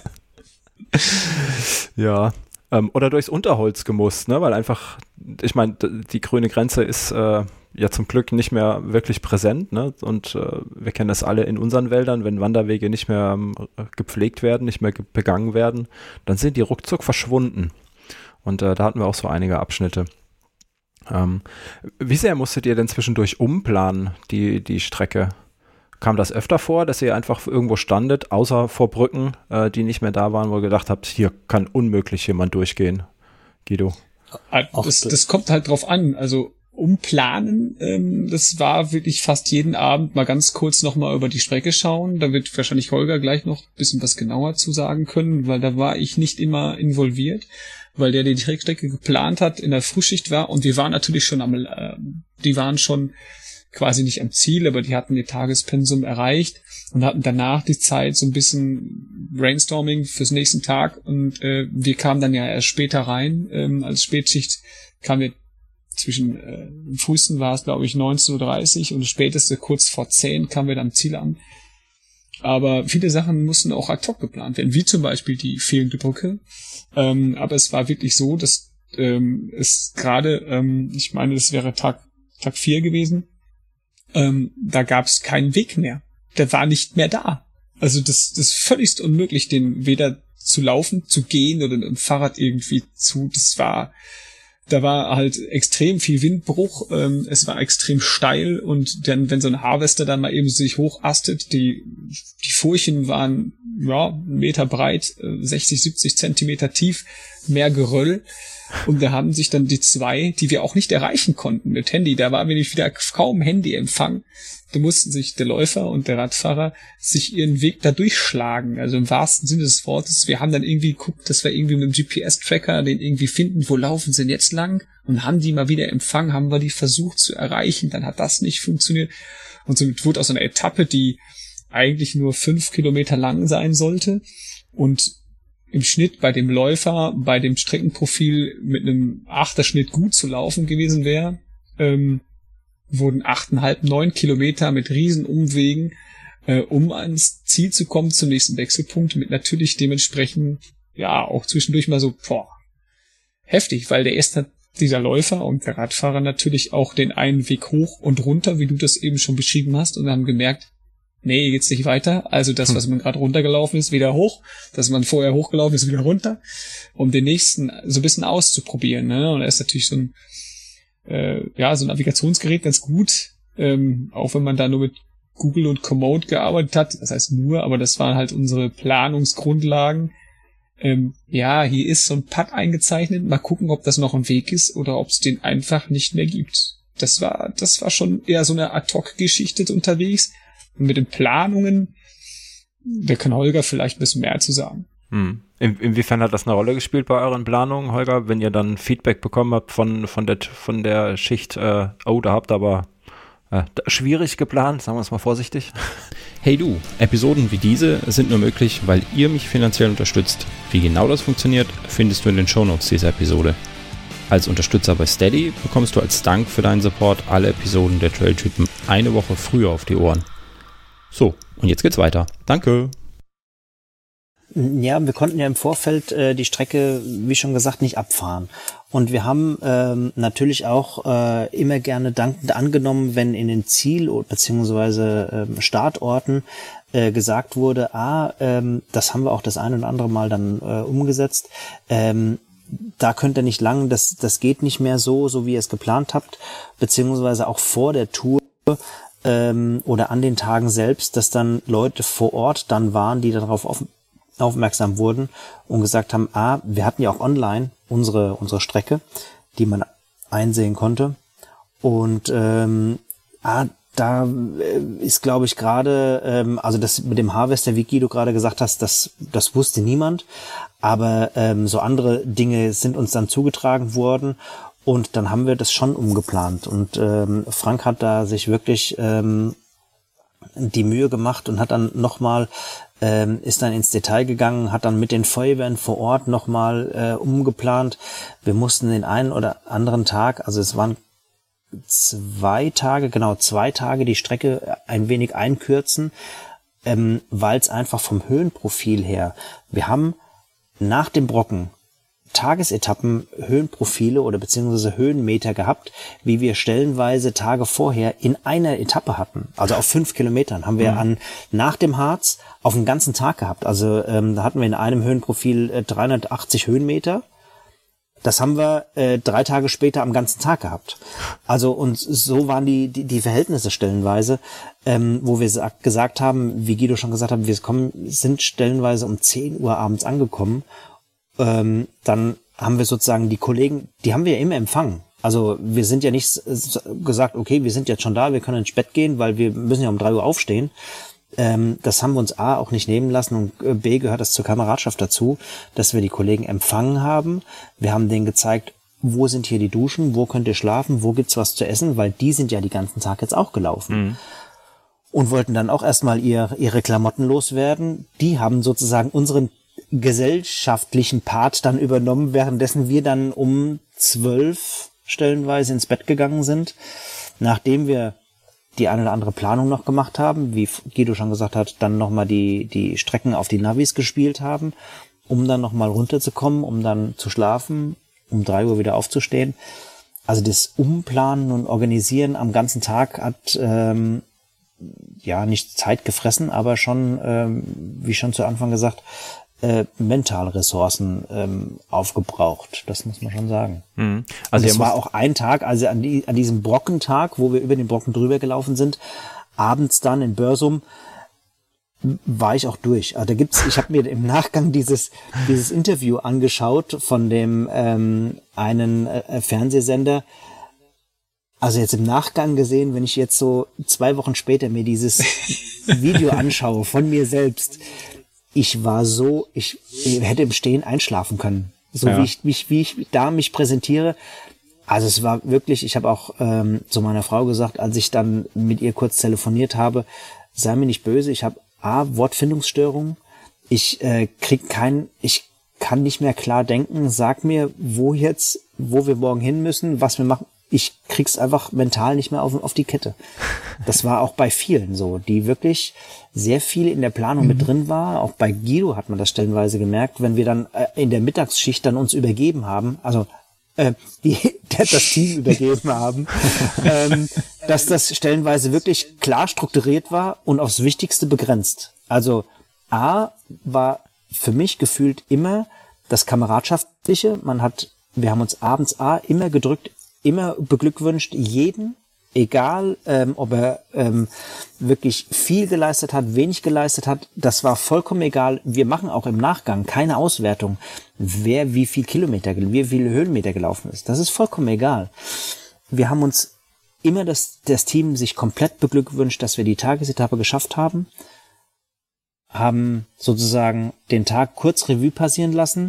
Ja, ähm, oder durchs Unterholz gemusst, ne? Weil einfach, ich meine, die grüne Grenze ist äh, ja zum Glück nicht mehr wirklich präsent, ne? Und äh, wir kennen das alle in unseren Wäldern, wenn Wanderwege nicht mehr ähm, gepflegt werden, nicht mehr ge- begangen werden, dann sind die ruckzuck verschwunden. Und äh, da hatten wir auch so einige Abschnitte. Ähm, wie sehr musstet ihr denn zwischendurch umplanen, die, die Strecke? Kam das öfter vor, dass ihr einfach irgendwo standet, außer vor Brücken, äh, die nicht mehr da waren, wo ihr gedacht habt, hier kann unmöglich jemand durchgehen? Guido? Das, das kommt halt drauf an. Also umplanen, ähm, das war wirklich fast jeden Abend mal ganz kurz nochmal über die Strecke schauen. Da wird wahrscheinlich Holger gleich noch ein bisschen was genauer zu sagen können, weil da war ich nicht immer involviert, weil der, der die Strecke geplant hat, in der Frühschicht war und wir waren natürlich schon am, äh, die waren schon quasi nicht am Ziel, aber die hatten ihr Tagespensum erreicht und hatten danach die Zeit so ein bisschen Brainstorming fürs nächsten Tag und äh, wir kamen dann ja erst später rein, ähm, als Spätschicht kamen wir zwischen äh, im frühesten war es glaube ich neunzehn Uhr dreißig und das späteste kurz vor zehn kamen wir dann am Ziel an. Aber viele Sachen mussten auch ad hoc geplant werden, wie zum Beispiel die fehlende Brücke. Ähm, aber es war wirklich so, dass ähm, es gerade, ähm, ich meine, das wäre Tag Tag vier gewesen, ähm, da gab es keinen Weg mehr. Der war nicht mehr da. Also das, das ist völligst unmöglich, den weder zu laufen, zu gehen oder mit dem Fahrrad irgendwie zu. Das war, da war halt extrem viel Windbruch. Ähm, es war extrem steil und dann, wenn so ein Harvester dann mal eben sich hochastet, die, die Furchen waren ja einen Meter breit, sechzig, siebzig Zentimeter tief, mehr Geröll. Und da haben sich dann die zwei, die wir auch nicht erreichen konnten mit Handy, da war nämlich wieder kaum Handyempfang, da mussten sich der Läufer und der Radfahrer sich ihren Weg da durchschlagen, also im wahrsten Sinne des Wortes. Wir haben dann irgendwie geguckt, dass wir irgendwie mit dem G P S-Tracker den irgendwie finden, wo laufen sie denn jetzt lang, und haben die mal wieder Empfang, haben wir die versucht zu erreichen, dann hat das nicht funktioniert. Und somit wurde aus einer Etappe, die eigentlich nur fünf Kilometer lang sein sollte und im Schnitt bei dem Läufer, bei dem Streckenprofil mit einem Achterschnitt gut zu laufen gewesen wäre, ähm, wurden achteinhalb, neun Kilometer mit riesen Umwegen, äh, um ans Ziel zu kommen, zum nächsten Wechselpunkt, mit natürlich dementsprechend, ja, auch zwischendurch mal so, boah, heftig, weil der erste, dieser Läufer und der Radfahrer natürlich auch den einen Weg hoch und runter, wie du das eben schon beschrieben hast, und haben gemerkt, nee, hier geht's nicht weiter. Also das, was man gerade runtergelaufen ist, wieder hoch. Das, was man vorher hochgelaufen ist, wieder runter. Um den nächsten so ein bisschen auszuprobieren. Ne? Und da ist natürlich so ein, äh, ja, so ein Navigationsgerät ganz gut. Ähm, auch wenn man da nur mit Google und Komoot gearbeitet hat. Das heißt nur, aber das waren halt unsere Planungsgrundlagen. Ähm, ja, hier ist so ein Pad eingezeichnet. Mal gucken, ob das noch ein Weg ist oder ob es den einfach nicht mehr gibt. Das war, das war schon eher so eine Ad-Hoc-Geschichte unterwegs. Und mit den Planungen, da kann Holger vielleicht ein bisschen mehr zu sagen. Hm. In, inwiefern hat das eine Rolle gespielt bei euren Planungen, Holger, wenn ihr dann Feedback bekommen habt von, von, der, von der Schicht, äh, oh, da habt ihr aber äh, schwierig geplant, sagen wir es mal vorsichtig. Hey du, Episoden wie diese sind nur möglich, weil ihr mich finanziell unterstützt. Wie genau das funktioniert, findest du in den Shownotes dieser Episode. Als Unterstützer bei Steady bekommst du als Dank für deinen Support alle Episoden der Trailtypen eine Woche früher auf die Ohren. So, und jetzt geht's weiter. Danke. Ja, wir konnten ja im Vorfeld äh, die Strecke, wie schon gesagt, nicht abfahren. Und wir haben ähm, natürlich auch äh, immer gerne dankend angenommen, wenn in den Ziel- bzw. Ähm, Startorten äh, gesagt wurde, ah, ähm, das haben wir auch das ein oder andere Mal dann äh, umgesetzt, ähm, da könnt ihr nicht lang, das, das geht nicht mehr so, so wie ihr es geplant habt, beziehungsweise auch vor der Tour ähm, oder an den Tagen selbst, dass dann Leute vor Ort dann waren, die darauf auf, aufmerksam wurden und gesagt haben, ah, wir hatten ja auch online unsere unsere Strecke, die man einsehen konnte und ähm, ah, da ist, glaube ich, gerade, ähm, also das mit dem Harvester, wie Guido gerade gesagt hast, das das wusste niemand, aber ähm, so andere Dinge sind uns dann zugetragen worden und dann haben wir das schon umgeplant und ähm, Frank hat da sich wirklich ähm, die Mühe gemacht und hat dann nochmal, ähm, ist dann ins Detail gegangen, hat dann mit den Feuerwehren vor Ort nochmal äh, umgeplant. Wir mussten den einen oder anderen Tag, also es waren zwei Tage, genau zwei Tage die Strecke ein wenig einkürzen, ähm, weil es einfach vom Höhenprofil her, wir haben nach dem Brocken Tagesetappen Höhenprofile oder beziehungsweise Höhenmeter gehabt, wie wir stellenweise Tage vorher in einer Etappe hatten. Also auf fünf Kilometern haben wir mhm. an nach dem Harz auf den ganzen Tag gehabt. Also ähm, da hatten wir in einem Höhenprofil äh, dreihundertachtzig Höhenmeter. Das haben wir äh, drei Tage später am ganzen Tag gehabt. Also und so waren die die, die Verhältnisse stellenweise, ähm, wo wir sa- gesagt haben, wie Guido schon gesagt hat, wir kommen sind stellenweise um zehn Uhr abends angekommen. Ähm, dann haben wir sozusagen die Kollegen, die haben wir ja immer empfangen. Also wir sind ja nicht gesagt, okay, wir sind jetzt schon da, wir können ins Bett gehen, weil wir müssen ja um drei Uhr aufstehen. Ähm, das haben wir uns A auch nicht nehmen lassen und B gehört das zur Kameradschaft dazu, dass wir die Kollegen empfangen haben. Wir haben denen gezeigt, wo sind hier die Duschen, wo könnt ihr schlafen, wo gibt's was zu essen, weil die sind ja die ganzen Tag jetzt auch gelaufen. Mhm. Und wollten dann auch erstmal ihr, ihre Klamotten loswerden. Die haben sozusagen unseren gesellschaftlichen Part dann übernommen, währenddessen wir dann um zwölf stellenweise ins Bett gegangen sind, nachdem wir die eine oder andere Planung noch gemacht haben, wie Guido schon gesagt hat, dann nochmal die die Strecken auf die Navis gespielt haben, um dann nochmal runterzukommen, um dann zu schlafen, um drei Uhr wieder aufzustehen. Also das Umplanen und Organisieren am ganzen Tag hat ähm, ja nicht Zeit gefressen, aber schon, ähm, wie schon zu Anfang gesagt, Äh, mentale Ressourcen ähm, aufgebraucht. Das muss man schon sagen. Mhm. Also es war auch ein Tag, also an, die, an diesem Brockentag, wo wir über den Brocken drüber gelaufen sind, abends dann in Börsum, war ich auch durch. Also da gibt's, ich habe mir im Nachgang dieses dieses Interview angeschaut von dem ähm, einen äh, Fernsehsender. Also jetzt im Nachgang gesehen, wenn ich jetzt so zwei Wochen später mir dieses Video anschaue von mir selbst, ich war so, ich, ich hätte im Stehen einschlafen können. So ja. wie ich mich, wie ich da mich präsentiere. Also es war wirklich, ich habe auch ähm, zu meiner Frau gesagt, als ich dann mit ihr kurz telefoniert habe, sei mir nicht böse, ich habe A, Wortfindungsstörungen, ich äh, krieg kein, ich kann nicht mehr klar denken, sag mir, wo jetzt, wo wir morgen hin müssen, was wir machen. Ich krieg's einfach mental nicht mehr auf, auf die Kette. Das war auch bei vielen so, die wirklich sehr viel in der Planung mhm. mit drin war. Auch bei Guido hat man das stellenweise gemerkt, wenn wir dann äh, in der Mittagsschicht dann uns übergeben haben. Also äh, die das Team übergeben haben, ähm, dass das stellenweise wirklich klar strukturiert war und aufs Wichtigste begrenzt. Also A war für mich gefühlt immer das Kameradschaftliche. Man hat, wir haben uns abends A immer gedrückt, immer beglückwünscht, jeden, egal ähm, ob er ähm, wirklich viel geleistet hat, wenig geleistet hat, das war vollkommen egal. Wir machen auch im Nachgang keine Auswertung, wer wie viel Kilometer, wie viele Höhenmeter gelaufen ist. Das ist vollkommen egal. Wir haben uns immer das, das Team sich komplett beglückwünscht, dass wir die Tagesetappe geschafft haben, haben sozusagen den Tag kurz Revue passieren lassen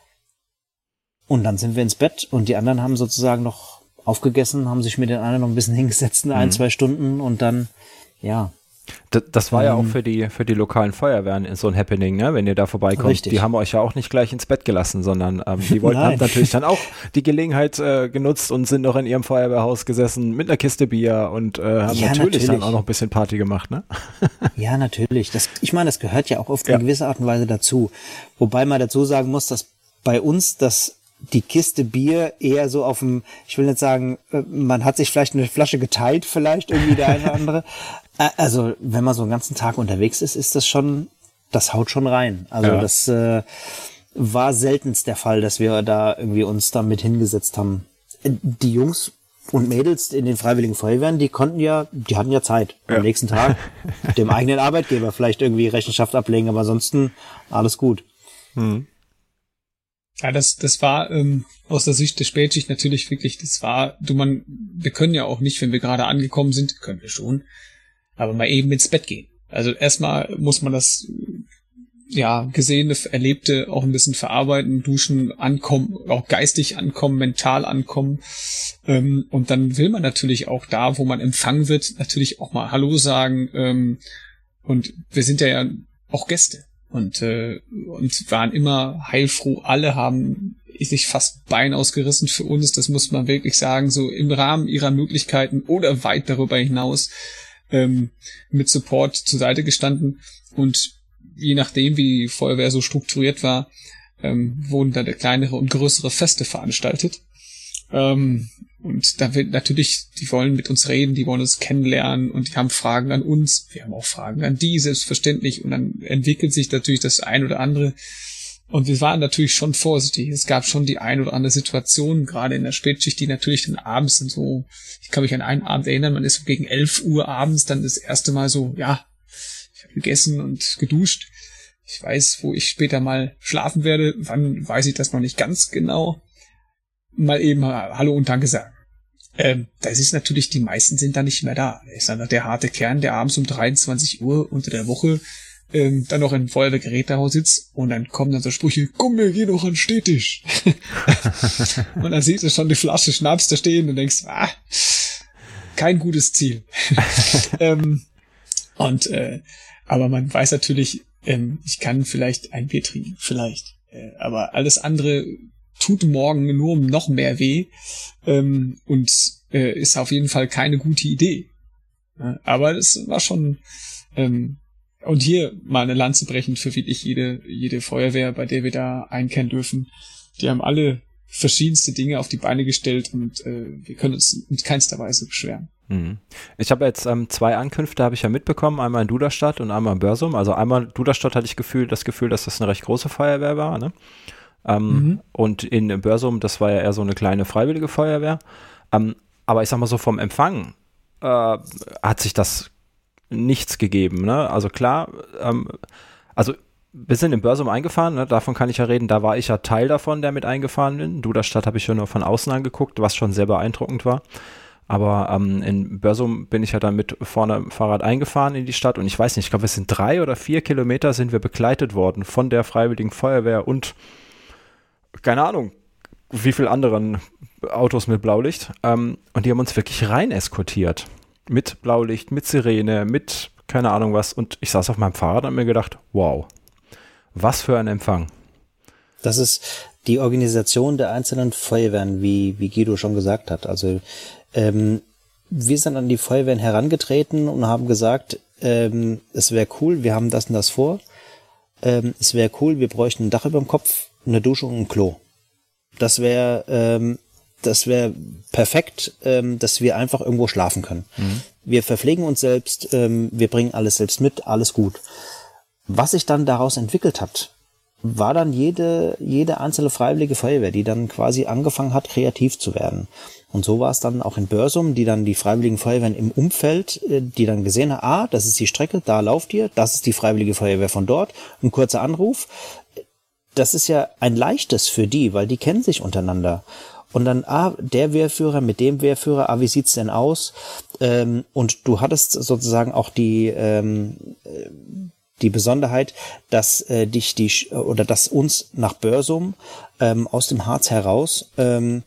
und dann sind wir ins Bett und die anderen haben sozusagen noch aufgegessen, haben sich mit den anderen noch ein bisschen hingesetzt, ein, mhm. zwei Stunden und dann, ja. Das, das war ähm, ja auch für die für die lokalen Feuerwehren so ein Happening, ne? Wenn ihr da vorbeikommt. Richtig. Die haben euch ja auch nicht gleich ins Bett gelassen, sondern ähm, die wollten haben natürlich dann auch die Gelegenheit äh, genutzt und sind noch in ihrem Feuerwehrhaus gesessen mit einer Kiste Bier und äh, haben ja, natürlich, natürlich dann auch noch ein bisschen Party gemacht, ne? Ja, natürlich. Das, ich meine, das gehört ja auch auf eine ja. gewisse Art und Weise dazu. Wobei man dazu sagen muss, dass bei uns das die Kiste Bier eher so auf dem, ich will nicht sagen, man hat sich vielleicht eine Flasche geteilt, vielleicht irgendwie der eine oder andere. Also, wenn man so einen ganzen Tag unterwegs ist, ist das schon, das haut schon rein. Also, ja. das äh, war seltenst der Fall, dass wir da irgendwie uns damit hingesetzt haben. Die Jungs und Mädels in den Freiwilligen Feuerwehren, die konnten ja, die hatten ja Zeit. Ja. Am nächsten Tag dem eigenen Arbeitgeber vielleicht irgendwie Rechenschaft ablegen, aber ansonsten alles gut. Hm. Ja, das, das war ähm, aus der Sicht der Spätschicht natürlich wirklich, das war, du man, wir können ja auch nicht, wenn wir gerade angekommen sind, können wir schon, aber mal eben ins Bett gehen. Also erstmal muss man das, ja, Gesehene, Erlebte auch ein bisschen verarbeiten, duschen, ankommen, auch geistig ankommen, mental ankommen. Ähm, und dann will man natürlich auch da, wo man empfangen wird, natürlich auch mal Hallo sagen. Ähm, und wir sind ja, ja auch Gäste. Und, äh, und waren immer heilfroh. Alle haben sich fast Bein ausgerissen für uns. Das muss man wirklich sagen. So im Rahmen ihrer Möglichkeiten oder weit darüber hinaus ähm, mit Support zur Seite gestanden. Und je nachdem, wie die Feuerwehr so strukturiert war, ähm, wurden da kleinere und größere Feste veranstaltet. Ähm, und da wird natürlich, die wollen mit uns reden, die wollen uns kennenlernen und die haben Fragen an uns. Wir haben auch Fragen an die, selbstverständlich. Und dann entwickelt sich natürlich das ein oder andere. Und wir waren natürlich schon vorsichtig. Es gab schon die ein oder andere Situation, gerade in der Spätschicht, die natürlich dann abends dann so, ich kann mich an einen Abend erinnern, man ist so gegen elf Uhr abends dann das erste Mal so, ja, ich habe gegessen und geduscht. Ich weiß, wo ich später mal schlafen werde. Wann, weiß ich das noch nicht ganz genau. Mal eben Hallo und Danke sagen. Ähm, das ist natürlich, die meisten sind da nicht mehr da. Das ist dann der harte Kern, der abends um dreiundzwanzig Uhr unter der Woche ähm, dann noch im Feuerwehrgerätehaus sitzt und dann kommen dann so Sprüche, komm, wir gehen noch an den Stehtisch. Und dann siehst du schon die Flasche Schnaps da stehen und denkst, ah, kein gutes Ziel. ähm, und äh, aber man weiß natürlich, ähm, ich kann vielleicht ein Bier trinken, vielleicht. Äh, aber alles andere tut morgen nur noch mehr weh ähm, und äh, ist auf jeden Fall keine gute Idee. Ja, aber das war schon ähm, und hier mal eine Lanze brechen für wirklich jede jede Feuerwehr, bei der wir da einkehren dürfen. Die haben alle verschiedenste Dinge auf die Beine gestellt und äh, wir können uns in keinster Weise beschweren. Ich habe jetzt ähm, zwei Ankünfte, habe ich ja mitbekommen, einmal in Duderstadt und einmal in Börsum. Also einmal Duderstadt hatte ich Gefühl, das Gefühl, dass das eine recht große Feuerwehr war, ne? Ähm, mhm. Und in Börsum, das war ja eher so eine kleine freiwillige Feuerwehr. Ähm, aber ich sag mal so, vom Empfang äh, hat sich das nichts gegeben, ne? Also klar, ähm, also wir sind in Börsum eingefahren, ne? Davon kann ich ja reden, da war ich ja Teil davon, der mit eingefahren bin. Duderstadt habe ich ja nur von außen angeguckt, was schon sehr beeindruckend war. Aber ähm, in Börsum bin ich ja dann mit vorne im Fahrrad eingefahren in die Stadt und ich weiß nicht, ich glaube, es sind drei oder vier Kilometer sind wir begleitet worden von der Freiwilligen Feuerwehr und keine Ahnung, wie viel anderen Autos mit Blaulicht. Ähm, und die haben uns wirklich rein eskortiert. Mit Blaulicht, mit Sirene, mit keine Ahnung was. Und ich saß auf meinem Fahrrad und hab mir gedacht, wow, was für ein Empfang. Das ist die Organisation der einzelnen Feuerwehren, wie, wie Guido schon gesagt hat. Also ähm, wir sind an die Feuerwehren herangetreten und haben gesagt, ähm, es wäre cool, wir haben das und das vor. Ähm, es wäre cool, wir bräuchten ein Dach über dem Kopf, eine Dusche und ein Klo. Das wäre ähm, das wäre perfekt, ähm, dass wir einfach irgendwo schlafen können. Mhm. Wir verpflegen uns selbst, ähm, wir bringen alles selbst mit, alles gut. Was sich dann daraus entwickelt hat, war dann jede, jede einzelne freiwillige Feuerwehr, die dann quasi angefangen hat, kreativ zu werden. Und so war es dann auch in Börsum, die dann die freiwilligen Feuerwehren im Umfeld, die dann gesehen haben, ah, das ist die Strecke, da lauft ihr, das ist die freiwillige Feuerwehr von dort, ein kurzer Anruf. Das ist ja ein leichtes für die, weil die kennen sich untereinander. Und dann, ah, der Wehrführer mit dem Wehrführer, ah, wie sieht's denn aus? Ähm, und du hattest sozusagen auch die, ähm, die Besonderheit, dass äh, dich die oder dass uns nach Börsum ähm, aus dem Harz heraus ähm,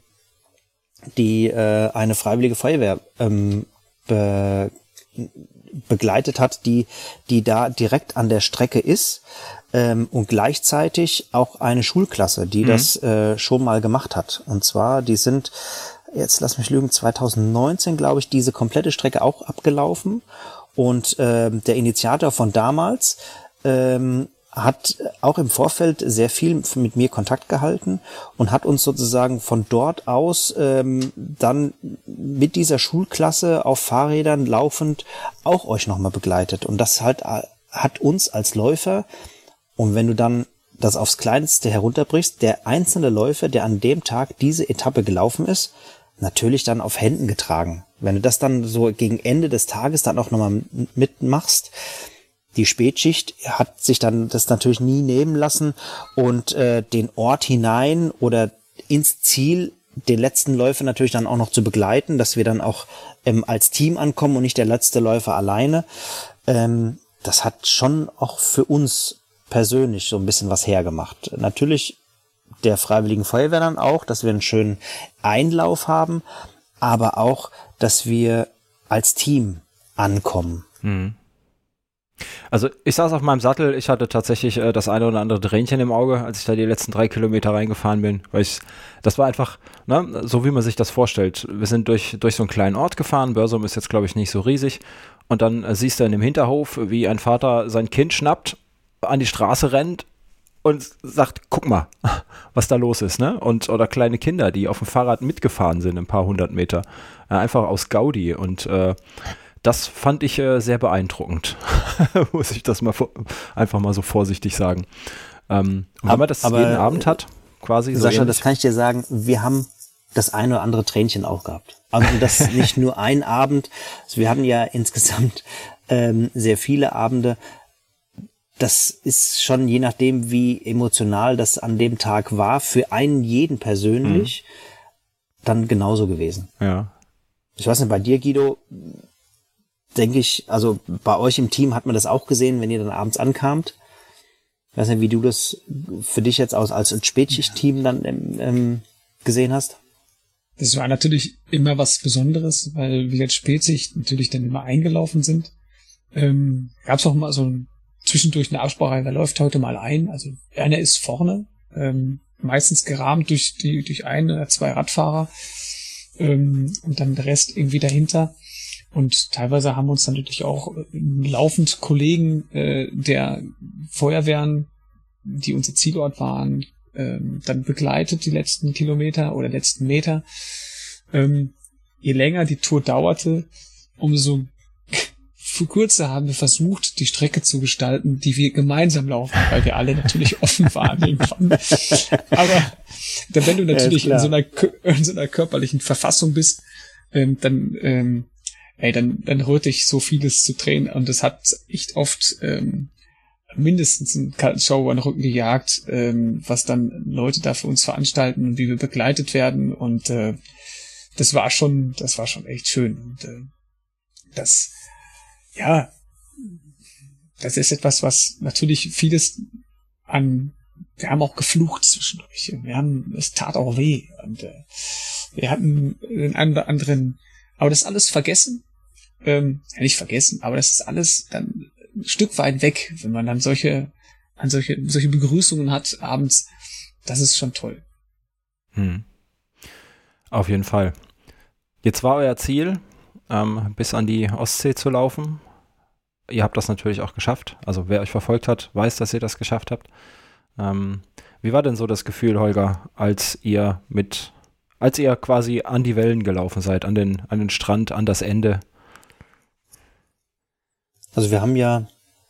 die äh, eine freiwillige Feuerwehr ähm, be, begleitet hat, die die da direkt an der Strecke ist ähm, und gleichzeitig auch eine Schulklasse, die mhm. das äh, schon mal gemacht hat. Und zwar, die sind jetzt, lass mich lügen, zwanzig neunzehn, glaube ich, diese komplette Strecke auch abgelaufen. Und ähm, der Initiator von damals ähm, hat auch im Vorfeld sehr viel mit mir Kontakt gehalten und hat uns sozusagen von dort aus ähm, dann mit dieser Schulklasse auf Fahrrädern laufend auch euch nochmal begleitet. Und das halt hat uns als Läufer, und wenn du dann das aufs Kleinste herunterbrichst, der einzelne Läufer, der an dem Tag diese Etappe gelaufen ist, natürlich dann auf Händen getragen. Wenn du das dann so gegen Ende des Tages dann auch nochmal mitmachst, die Spätschicht hat sich dann das natürlich nie nehmen lassen und äh, den Ort hinein oder ins Ziel den letzten Läufer natürlich dann auch noch zu begleiten, dass wir dann auch ähm, als Team ankommen und nicht der letzte Läufer alleine. Ähm, das hat schon auch für uns persönlich so ein bisschen was hergemacht. Natürlich der Freiwilligen Feuerwehr dann auch, dass wir einen schönen Einlauf haben, aber auch, dass wir als Team ankommen. Mhm. Also ich saß auf meinem Sattel, ich hatte tatsächlich äh, das eine oder andere Tränchen im Auge, als ich da die letzten drei Kilometer reingefahren bin, weil ich, das war einfach, ne, so wie man sich das vorstellt. Wir sind durch, durch so einen kleinen Ort gefahren, Börsum ist jetzt glaube ich nicht so riesig, und dann äh, siehst du in dem Hinterhof, wie ein Vater sein Kind schnappt, an die Straße rennt und sagt, guck mal, was da los ist, ne? Und oder kleine Kinder, die auf dem Fahrrad mitgefahren sind, ein paar hundert Meter, äh, einfach aus Gaudi, und äh, das fand ich äh, sehr beeindruckend, muss ich das mal einfach mal so vorsichtig sagen. Ähm, und wenn man das aber, jeden Abend hat, quasi so. Sascha, das kann ich dir sagen, wir haben das eine oder andere Tränchen auch gehabt. Also das nicht nur ein Abend, also wir hatten ja insgesamt ähm, sehr viele Abende. Das ist schon je nachdem, wie emotional das an dem Tag war, für einen jeden persönlich mhm. dann genauso gewesen. Ja. Ich weiß nicht, bei dir, Guido, denke ich, also bei euch im Team hat man das auch gesehen, wenn ihr dann abends ankamt. Ich weiß nicht, wie du das für dich jetzt aus, als Spätschicht-Team dann ähm, gesehen hast. Das war natürlich immer was Besonderes, weil wir als Spätschicht natürlich dann immer eingelaufen sind. Ähm, gab es auch mal so ein, zwischendurch eine Absprache, wer läuft heute mal ein. Also einer ist vorne, ähm, meistens gerahmt durch die durch ein oder zwei Radfahrer ähm, und dann der Rest irgendwie dahinter. Und teilweise haben uns dann natürlich auch laufend Kollegen äh, der Feuerwehren, die unser Zielort waren, ähm, dann begleitet die letzten Kilometer oder letzten Meter. Ähm, je länger die Tour dauerte, umso kürzer haben wir versucht, die Strecke zu gestalten, die wir gemeinsam laufen, weil wir alle natürlich offen waren irgendwann. Aber dann, wenn du natürlich ja, in, so einer, in so einer körperlichen Verfassung bist, ähm, dann ähm, ey, dann, dann rührt dich so vieles zu Tränen, und es hat echt oft ähm, mindestens einen kalten Schauer an den Rücken gejagt, ähm, was dann Leute da für uns veranstalten und wie wir begleitet werden, und äh, das war schon, das war schon echt schön, und äh, das, ja, das ist etwas, was natürlich vieles an, wir haben auch geflucht zwischendurch, wir haben, es tat auch weh, und äh, wir hatten den einen oder anderen, aber das alles vergessen, ähm, ja nicht vergessen, aber das ist alles dann ein Stück weit weg, wenn man dann solche, an solche, solche Begrüßungen hat abends. Das ist schon toll. Hm. Auf jeden Fall. Jetzt war euer Ziel, ähm, bis an die Ostsee zu laufen. Ihr habt das natürlich auch geschafft. Also wer euch verfolgt hat, weiß, dass ihr das geschafft habt. Ähm, wie war denn so das Gefühl, Holger, als ihr mit als ihr quasi an die Wellen gelaufen seid, an den, an den Strand, an das Ende? Also wir haben ja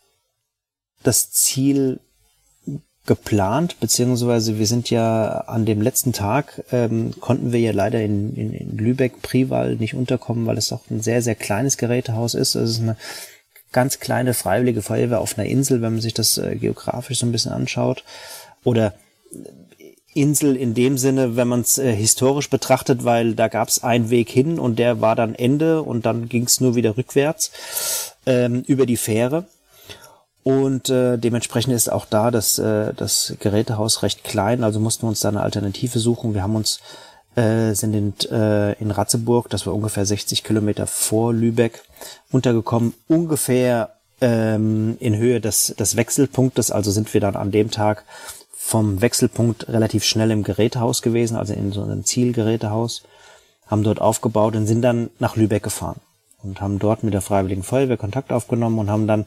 das Ziel geplant, beziehungsweise wir sind ja an dem letzten Tag, ähm, konnten wir ja leider in, in, in Lübeck-Prival nicht unterkommen, weil es doch ein sehr, sehr kleines Gerätehaus ist. Es ist eine ganz kleine freiwillige Feuerwehr auf einer Insel, wenn man sich das äh, geografisch so ein bisschen anschaut. Oder Insel in dem Sinne, wenn man es äh, historisch betrachtet, weil da gab es einen Weg hin und der war dann Ende und dann ging es nur wieder rückwärts ähm, über die Fähre. Und äh, dementsprechend ist auch da das, äh, das Gerätehaus recht klein, also mussten wir uns da eine Alternative suchen. Wir haben uns äh, sind in, äh, in Ratzeburg, das war ungefähr sechzig Kilometer vor Lübeck, untergekommen, ungefähr ähm, in Höhe des, des Wechselpunktes, also sind wir dann an dem Tag vom Wechselpunkt relativ schnell im Gerätehaus gewesen, also in so einem Zielgerätehaus, haben dort aufgebaut und sind dann nach Lübeck gefahren und haben dort mit der Freiwilligen Feuerwehr Kontakt aufgenommen und haben dann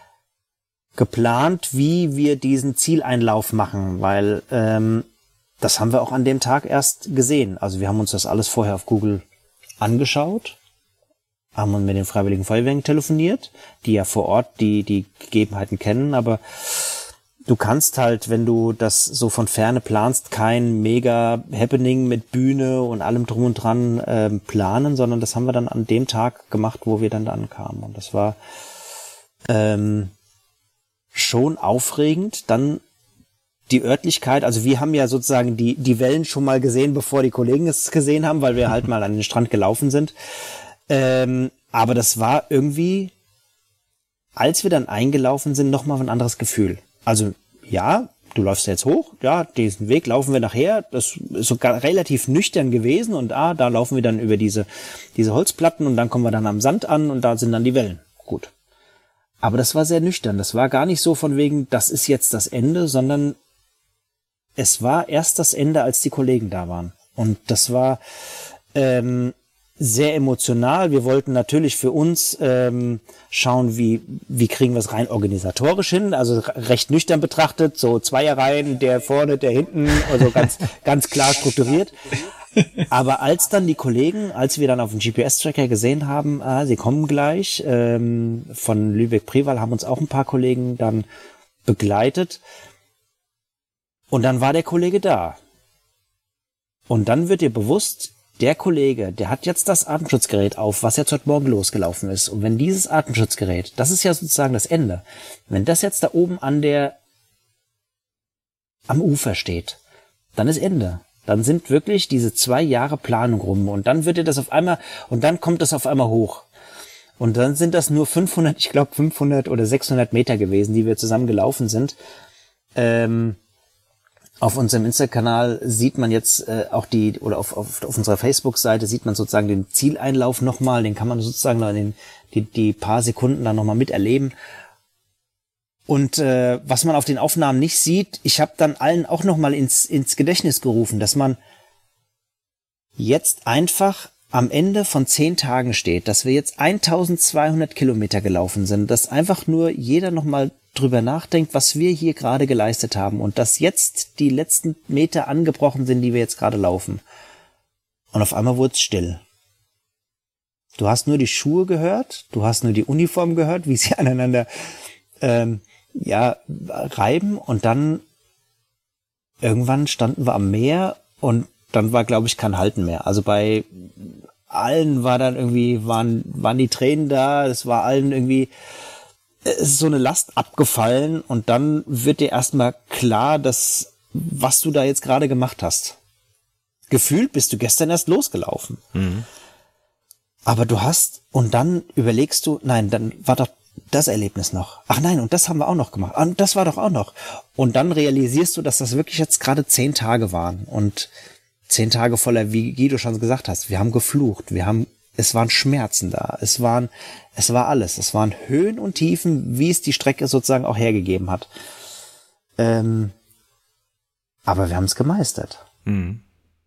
geplant, wie wir diesen Zieleinlauf machen, weil ähm, das haben wir auch an dem Tag erst gesehen. Also wir haben uns das alles vorher auf Google angeschaut, haben uns mit den Freiwilligen Feuerwehren telefoniert, die ja vor Ort die die Gegebenheiten kennen, aber du kannst halt, wenn du das so von Ferne planst, kein mega Happening mit Bühne und allem drum und dran ähm, planen, sondern das haben wir dann an dem Tag gemacht, wo wir dann da ankamen. Und das war ähm, schon aufregend. Dann die Örtlichkeit, also wir haben ja sozusagen die die Wellen schon mal gesehen, bevor die Kollegen es gesehen haben, weil wir halt mal an den Strand gelaufen sind. Ähm, aber das war irgendwie, als wir dann eingelaufen sind, nochmal ein anderes Gefühl. Also ja, du läufst jetzt hoch, ja, diesen Weg laufen wir nachher, das ist sogar relativ nüchtern gewesen und ah, da laufen wir dann über diese diese Holzplatten und dann kommen wir dann am Sand an und da sind dann die Wellen. Gut. Aber das war sehr nüchtern. Das war gar nicht so von wegen, das ist jetzt das Ende, sondern es war erst das Ende, als die Kollegen da waren. Und das war ähm, sehr emotional. Wir wollten natürlich für uns ähm, schauen, wie wie kriegen wir es rein organisatorisch hin. Also recht nüchtern betrachtet, so Zweierreihen, der vorne, der hinten, also ganz ganz klar strukturiert. Aber als dann die Kollegen, als wir dann auf dem G P S-Tracker gesehen haben, ah, sie kommen gleich, ähm, von Lübeck-Prival haben uns auch ein paar Kollegen dann begleitet. Und dann war der Kollege da. Und dann wird dir bewusst, der Kollege, der hat jetzt das Atemschutzgerät auf, was jetzt heute Morgen losgelaufen ist. Und wenn dieses Atemschutzgerät, das ist ja sozusagen das Ende, wenn das jetzt da oben an der, am Ufer steht, dann ist Ende. Dann sind wirklich diese zwei Jahre Planung rum und dann wird dir das auf einmal, und dann kommt das auf einmal hoch. Und dann sind das nur fünfhundert, ich glaube fünfhundert oder sechshundert Meter gewesen, die wir zusammen gelaufen sind. Ähm, auf unserem Insta-Kanal sieht man jetzt äh, auch die, oder auf, auf, auf unserer Facebook-Seite sieht man sozusagen den Zieleinlauf nochmal, den kann man sozusagen noch in den, die, die paar Sekunden dann nochmal miterleben. Und äh, was man auf den Aufnahmen nicht sieht, ich habe dann allen auch nochmal ins, ins Gedächtnis gerufen, dass man jetzt einfach am Ende von zehn Tagen steht, dass wir jetzt eintausendzweihundert Kilometer gelaufen sind, dass einfach nur jeder nochmal drüber nachdenkt, was wir hier gerade geleistet haben und dass jetzt die letzten Meter angebrochen sind, die wir jetzt gerade laufen. Und auf einmal wurde es still. Du hast nur die Schuhe gehört, du hast nur die Uniform gehört, wie sie aneinander ähm, ja, reiben und dann irgendwann standen wir am Meer und dann war, glaube ich, kein Halten mehr. Also bei allen war dann irgendwie, waren, waren die Tränen da, es war allen irgendwie, es ist so eine Last abgefallen und dann wird dir erstmal klar, dass, was du da jetzt gerade gemacht hast. Gefühlt bist du gestern erst losgelaufen. Mhm. Aber du hast, und dann überlegst du, nein, dann war doch das Erlebnis noch. Ach nein, und das haben wir auch noch gemacht. Und das war doch auch noch. Und dann realisierst du, dass das wirklich jetzt gerade zehn Tage waren. Und zehn Tage voller, wie Guido schon gesagt hast, wir haben geflucht, wir haben, es waren Schmerzen da, es waren, es war alles. Es waren Höhen und Tiefen, wie es die Strecke sozusagen auch hergegeben hat. Ähm, aber wir haben es gemeistert. Mhm.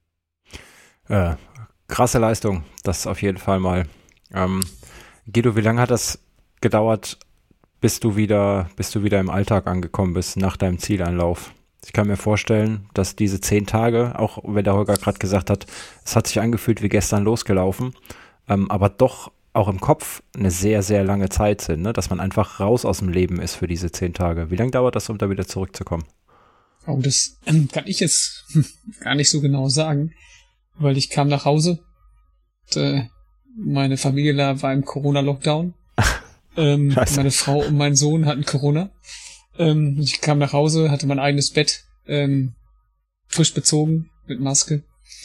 Äh, krasse Leistung, das auf jeden Fall mal. Ähm, Guido, wie lange hat das gedauert, bis du wieder, bis du wieder im Alltag angekommen bist nach deinem Zieleinlauf? Ich kann mir vorstellen, dass diese zehn Tage, auch wenn der Holger gerade gesagt hat, es hat sich angefühlt wie gestern losgelaufen, ähm, aber doch auch im Kopf eine sehr, sehr lange Zeit sind, ne? Dass man einfach raus aus dem Leben ist für diese zehn Tage. Wie lange dauert das, um da wieder zurückzukommen? Oh, das ähm, kann ich jetzt gar nicht so genau sagen, weil ich kam nach Hause und, äh, meine Familie da war im Corona-Lockdown. ähm, meine Frau und mein Sohn hatten Corona. Ähm, ich kam nach Hause, hatte mein eigenes Bett, ähm, frisch bezogen, mit Maske,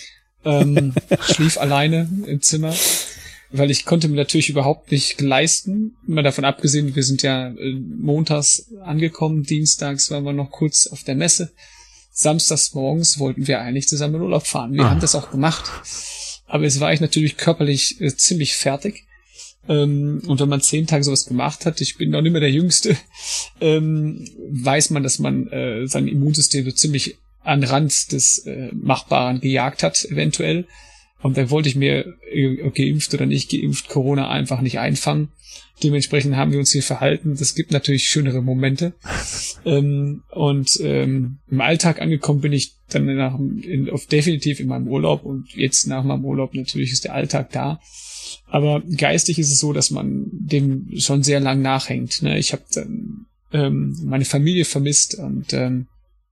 ähm, schlief alleine im Zimmer, weil ich konnte mir natürlich überhaupt nicht leisten, mal davon abgesehen, wir sind ja äh, montags angekommen, dienstags waren wir noch kurz auf der Messe, samstags morgens wollten wir eigentlich zusammen in Urlaub fahren. Wir ah. haben das auch gemacht, aber es war ich natürlich körperlich äh, ziemlich fertig. Ähm, und wenn man zehn Tage sowas gemacht hat, ich bin noch nicht mehr der Jüngste, ähm, weiß man, dass man äh, sein Immunsystem so ziemlich an Rand des äh, Machbaren gejagt hat, eventuell. Und da wollte ich mir, äh, geimpft oder nicht geimpft, Corona einfach nicht einfangen. Dementsprechend haben wir uns hier verhalten. Das gibt natürlich schönere Momente. ähm, und ähm, im Alltag angekommen bin ich dann nach, in, auf, definitiv in meinem Urlaub. Und jetzt nach meinem Urlaub natürlich ist der Alltag da. Aber geistig ist es so, dass man dem schon sehr lang nachhängt. Ne? Ich habe dann ähm, meine Familie vermisst und ähm,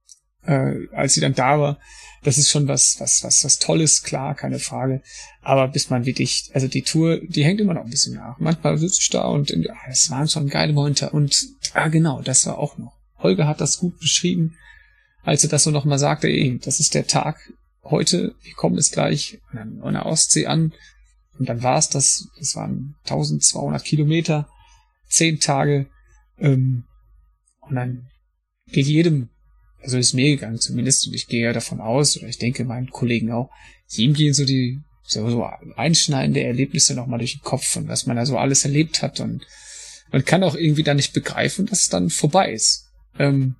äh, als sie dann da war, das ist schon was, was, was, was Tolles, klar, keine Frage. Aber bis man wirklich, also die Tour, die hängt immer noch ein bisschen nach. Manchmal sitze ich da und denke, ah, das waren schon geile Momente. Und ah, genau, das war auch noch. Holger hat das gut beschrieben, als er das so nochmal sagte, ey, das ist der Tag heute, wir kommen jetzt gleich an der Ostsee an. Und dann war es das, das waren eintausendzweihundert Kilometer, zehn Tage, ähm, und dann geht jedem, also ist mir gegangen zumindest, und ich gehe ja davon aus, oder ich denke meinen Kollegen auch, jedem gehen so die, so, so einschneidende Erlebnisse nochmal durch den Kopf und was man da so alles erlebt hat, und man kann auch irgendwie da nicht begreifen, dass es dann vorbei ist, ähm,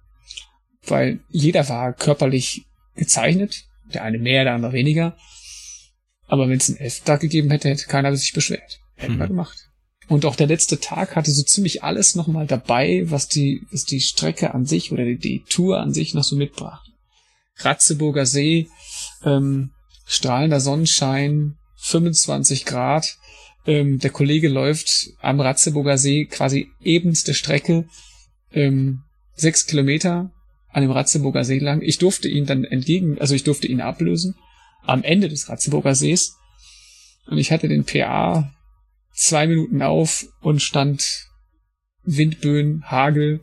weil jeder war körperlich gezeichnet, der eine mehr, der andere weniger. Aber wenn es einen elften Tag gegeben hätte, hätte keiner sich beschwert. Hätten mhm. wir gemacht. Und auch der letzte Tag hatte so ziemlich alles nochmal dabei, was die, was die Strecke an sich oder die, die Tour an sich noch so mitbrachte. Ratzeburger See, ähm, strahlender Sonnenschein, fünfundzwanzig Grad. Ähm, der Kollege läuft am Ratzeburger See quasi ebenste Strecke, ähm, sechs Kilometer an dem Ratzeburger See lang. Ich durfte ihn dann entgegen, also ich durfte ihn ablösen am Ende des Ratzeburger Sees. Und ich hatte den P A zwei Minuten auf und stand Windböen, Hagel,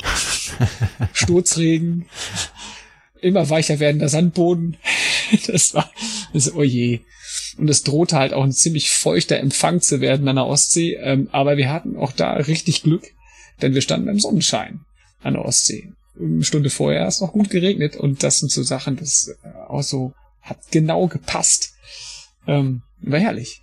Sturzregen, immer weicher werdender Sandboden. Das war, das, oh je. Und es drohte halt auch ein ziemlich feuchter Empfang zu werden an der Ostsee. Ähm, aber wir hatten auch da richtig Glück, denn wir standen im Sonnenschein an der Ostsee. Eine Stunde vorher ist noch gut geregnet, und das sind so Sachen, das äh, auch so hat genau gepasst. Ähm, war herrlich.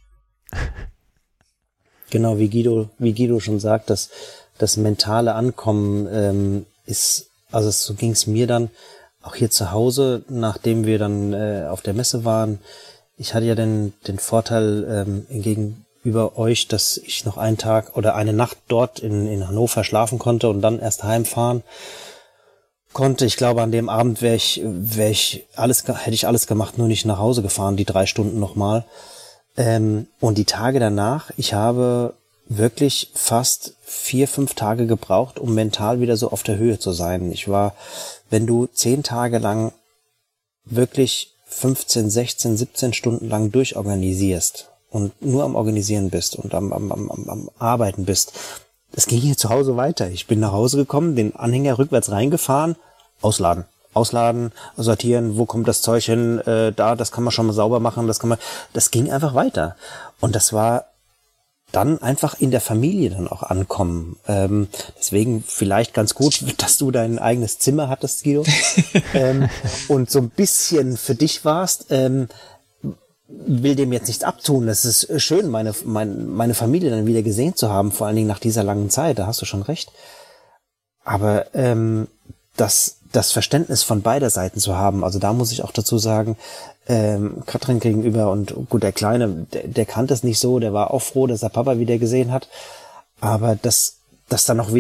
Genau, wie Guido, wie Guido schon sagt, dass das mentale Ankommen ähm, ist, also so ging es mir dann auch hier zu Hause, nachdem wir dann äh, auf der Messe waren. Ich hatte ja den, den Vorteil ähm, gegenüber euch, dass ich noch einen Tag oder eine Nacht dort in, in Hannover schlafen konnte und dann erst heimfahren konnte. Ich glaube, an dem Abend wäre ich, wäre ich alles, hätte ich alles gemacht, nur nicht nach Hause gefahren, die drei Stunden nochmal. Ähm, und die Tage danach, ich habe wirklich fast vier, fünf Tage gebraucht, um mental wieder so auf der Höhe zu sein. Ich war, wenn du zehn Tage lang wirklich fünfzehn, sechzehn, siebzehn Stunden lang durchorganisierst und nur am Organisieren bist und am, am, am, am Arbeiten bist, es ging hier zu Hause weiter. Ich bin nach Hause gekommen, den Anhänger rückwärts reingefahren, ausladen. Ausladen, sortieren, wo kommt das Zeug hin, äh, da, das kann man schon mal sauber machen, das kann man, das ging einfach weiter. Und das war dann einfach in der Familie dann auch ankommen. Ähm, deswegen vielleicht ganz gut, dass du dein eigenes Zimmer hattest, Guido, ähm, und so ein bisschen für dich warst. Ähm, will dem jetzt nichts abtun. Das ist schön, meine, meine, meine Familie dann wieder gesehen zu haben, vor allen Dingen nach dieser langen Zeit, da hast du schon recht. Aber ähm, das das Verständnis von beider Seiten zu haben, also da muss ich auch dazu sagen, ähm, Katrin gegenüber, und gut, der Kleine, der, der kannte es nicht so, der war auch froh, dass er Papa wieder gesehen hat, aber das, das dann auch wieder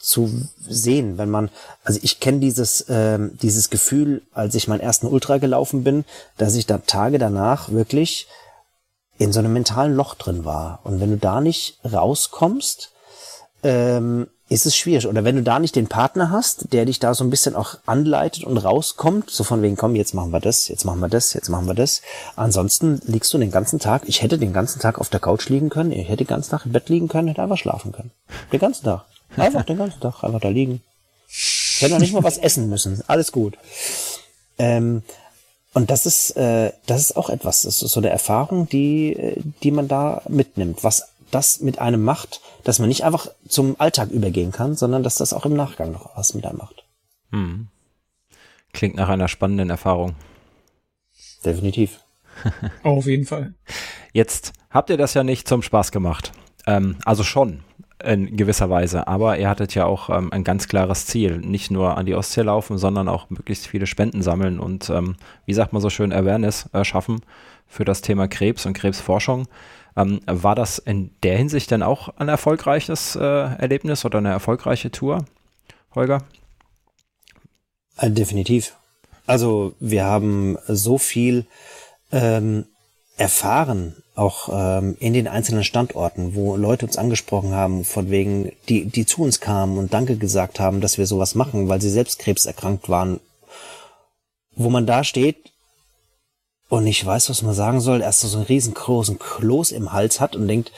zu sehen, wenn man, also ich kenne dieses, ähm, dieses Gefühl, als ich meinen ersten Ultra gelaufen bin, dass ich da Tage danach wirklich in so einem mentalen Loch drin war. Und wenn du da nicht rauskommst, ähm, ist es schwierig. Oder wenn du da nicht den Partner hast, der dich da so ein bisschen auch anleitet und rauskommt, so von wegen, komm, jetzt machen wir das, jetzt machen wir das, jetzt machen wir das. Ansonsten liegst du den ganzen Tag, ich hätte den ganzen Tag auf der Couch liegen können, ich hätte den ganzen Tag im Bett liegen können, hätte einfach schlafen können. Den ganzen Tag. Einfach den ganzen Tag, einfach da liegen. Ich hätte noch nicht mal was essen müssen. Alles gut. Ähm, und das ist, äh, das ist auch etwas, das ist so eine Erfahrung, die, die man da mitnimmt, was das mit einem macht, dass man nicht einfach zum Alltag übergehen kann, sondern dass das auch im Nachgang noch was mit einem macht. Hm. Klingt nach einer spannenden Erfahrung. Definitiv. Auf jeden Fall. Jetzt habt ihr das ja nicht zum Spaß gemacht. Ähm, also schon in gewisser Weise, aber ihr hattet ja auch ähm, ein ganz klares Ziel. Nicht nur an die Ostsee laufen, sondern auch möglichst viele Spenden sammeln und, ähm, wie sagt man so schön, Awareness äh, schaffen für das Thema Krebs und Krebsforschung. Ähm, war das in der Hinsicht dann auch ein erfolgreiches äh, Erlebnis oder eine erfolgreiche Tour, Holger? Äh, definitiv. Also wir haben so viel ähm, erfahren, auch ähm, in den einzelnen Standorten, wo Leute uns angesprochen haben, von wegen, die, die zu uns kamen und Danke gesagt haben, dass wir sowas machen, weil sie selbst krebserkrankt waren, wo man da steht und nicht weiß, was man sagen soll, erst so einen riesengroßen Kloß im Hals hat und denkt,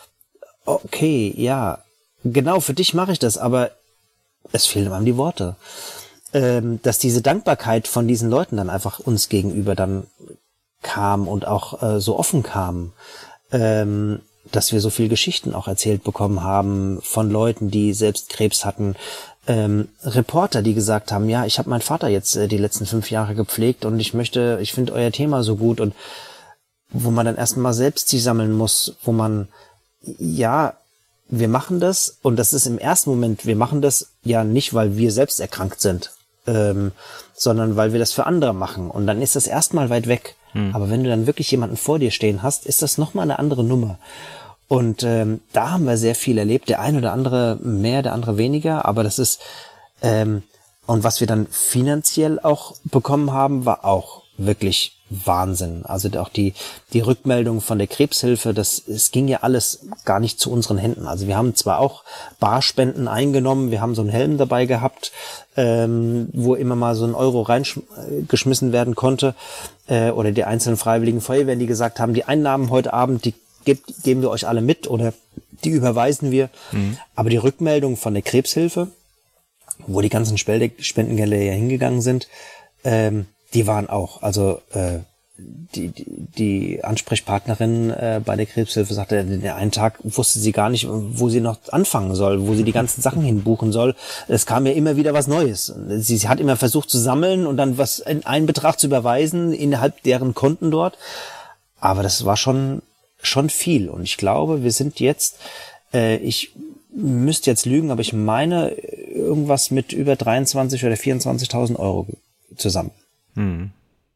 okay, ja, genau, für dich mache ich das, aber es fehlen einem die Worte. Ähm, dass diese Dankbarkeit von diesen Leuten dann einfach uns gegenüber dann kam und auch äh, so offen kam, ähm, dass wir so viel Geschichten auch erzählt bekommen haben von Leuten, die selbst Krebs hatten, ähm, Reporter, die gesagt haben, ja, ich habe meinen Vater jetzt äh, die letzten fünf Jahre gepflegt und ich möchte, ich finde euer Thema so gut, und wo man dann erstmal selbst sich sammeln muss, wo man, ja, wir machen das, und das ist im ersten Moment, wir machen das ja nicht, weil wir selbst erkrankt sind, ähm, sondern weil wir das für andere machen, und dann ist das erstmal weit weg. Hm. Aber wenn du dann wirklich jemanden vor dir stehen hast, ist das nochmal eine andere Nummer. Und ähm, da haben wir sehr viel erlebt, der eine oder andere mehr, der andere weniger, aber das ist, ähm, und was wir dann finanziell auch bekommen haben, war auch wirklich Wahnsinn. Also auch die die Rückmeldung von der Krebshilfe, das es ging ja alles gar nicht zu unseren Händen. Also wir haben zwar auch Barspenden eingenommen, wir haben so einen Helm dabei gehabt, ähm, wo immer mal so ein Euro reingeschmissen werden konnte, äh, oder die einzelnen freiwilligen Feuerwehren, die gesagt haben, die Einnahmen heute Abend, die gebt, geben wir euch alle mit oder die überweisen wir. Mhm. Aber die Rückmeldung von der Krebshilfe, wo die ganzen Spendengelder ja hingegangen sind, ähm, die waren auch, also äh, die, die, die Ansprechpartnerin äh, bei der Krebshilfe sagte, den einen Tag wusste sie gar nicht, wo sie noch anfangen soll, wo sie die ganzen Sachen hinbuchen soll. Es kam ja immer wieder was Neues. Sie, sie hat immer versucht zu sammeln und dann was in einen Betrag zu überweisen innerhalb deren Konten dort. Aber das war schon schon viel. Und ich glaube, wir sind jetzt, äh, ich müsste jetzt lügen, aber ich meine irgendwas mit über dreiundzwanzig oder vierundzwanzigtausend Euro zusammen. Hm.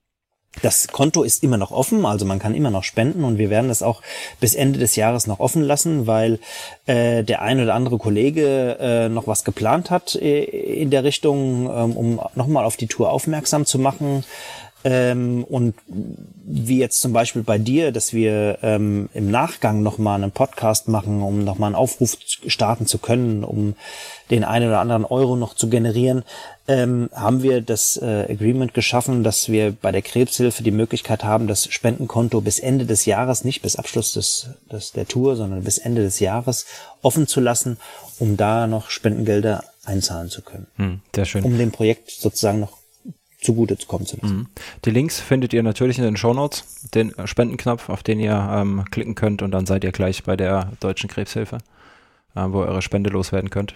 Das Konto ist immer noch offen, also man kann immer noch spenden, und wir werden das auch bis Ende des Jahres noch offen lassen, weil äh, der ein oder andere Kollege äh, noch was geplant hat äh, in der Richtung, ähm, um nochmal auf die Tour aufmerksam zu machen. Ähm, und wie jetzt zum Beispiel bei dir, dass wir ähm, im Nachgang nochmal einen Podcast machen, um nochmal einen Aufruf starten zu können, um den einen oder anderen Euro noch zu generieren, ähm, haben wir das äh, Agreement geschaffen, dass wir bei der Krebshilfe die Möglichkeit haben, das Spendenkonto bis Ende des Jahres, nicht bis Abschluss des, des der Tour, sondern bis Ende des Jahres offen zu lassen, um da noch Spendengelder einzahlen zu können. Hm, sehr schön. Um dem Projekt sozusagen noch zugute zu kommen zu lassen. Die Links findet ihr natürlich in den Shownotes, den Spendenknopf, auf den ihr ähm, klicken könnt, und dann seid ihr gleich bei der Deutschen Krebshilfe, äh, wo ihr eure Spende loswerden könnt.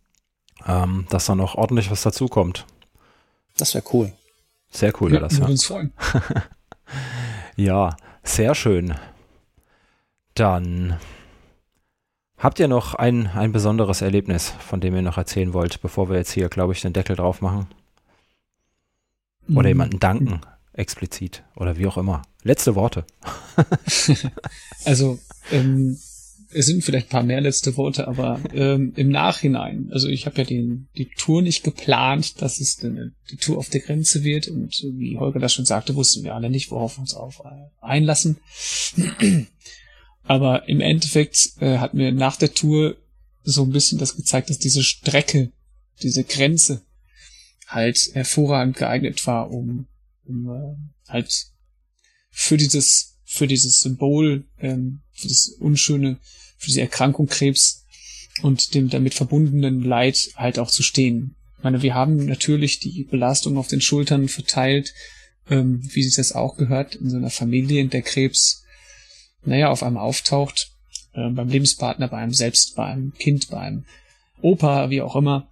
Ähm, dass da noch ordentlich was dazukommt. Das wäre cool. Sehr cool, ja, das ja. Würde uns freuen. Ja, sehr schön. Dann habt ihr noch ein, ein besonderes Erlebnis, von dem ihr noch erzählen wollt, bevor wir jetzt hier, glaube ich, den Deckel drauf machen? Oder jemanden danken, explizit, oder wie auch immer. Letzte Worte. Also, ähm, es sind vielleicht ein paar mehr letzte Worte, aber ähm, im Nachhinein, also ich habe ja den, die Tour nicht geplant, dass es eine, die Tour auf der Grenze wird und wie Holger das schon sagte, wussten wir alle nicht, worauf wir uns auf äh, einlassen. Aber im Endeffekt äh, hat mir nach der Tour so ein bisschen das gezeigt, dass diese Strecke, diese Grenze halt hervorragend geeignet war, um, um äh, halt für dieses für dieses Symbol, ähm, für das Unschöne, für diese Erkrankung Krebs und dem damit verbundenen Leid halt auch zu stehen. Ich meine, wir haben natürlich die Belastung auf den Schultern verteilt, ähm, wie sich das auch gehört in so einer Familie, in der Krebs, naja, auf einmal auftaucht, äh, beim Lebenspartner, bei einem selbst, bei einem Kind, bei einem Opa, wie auch immer.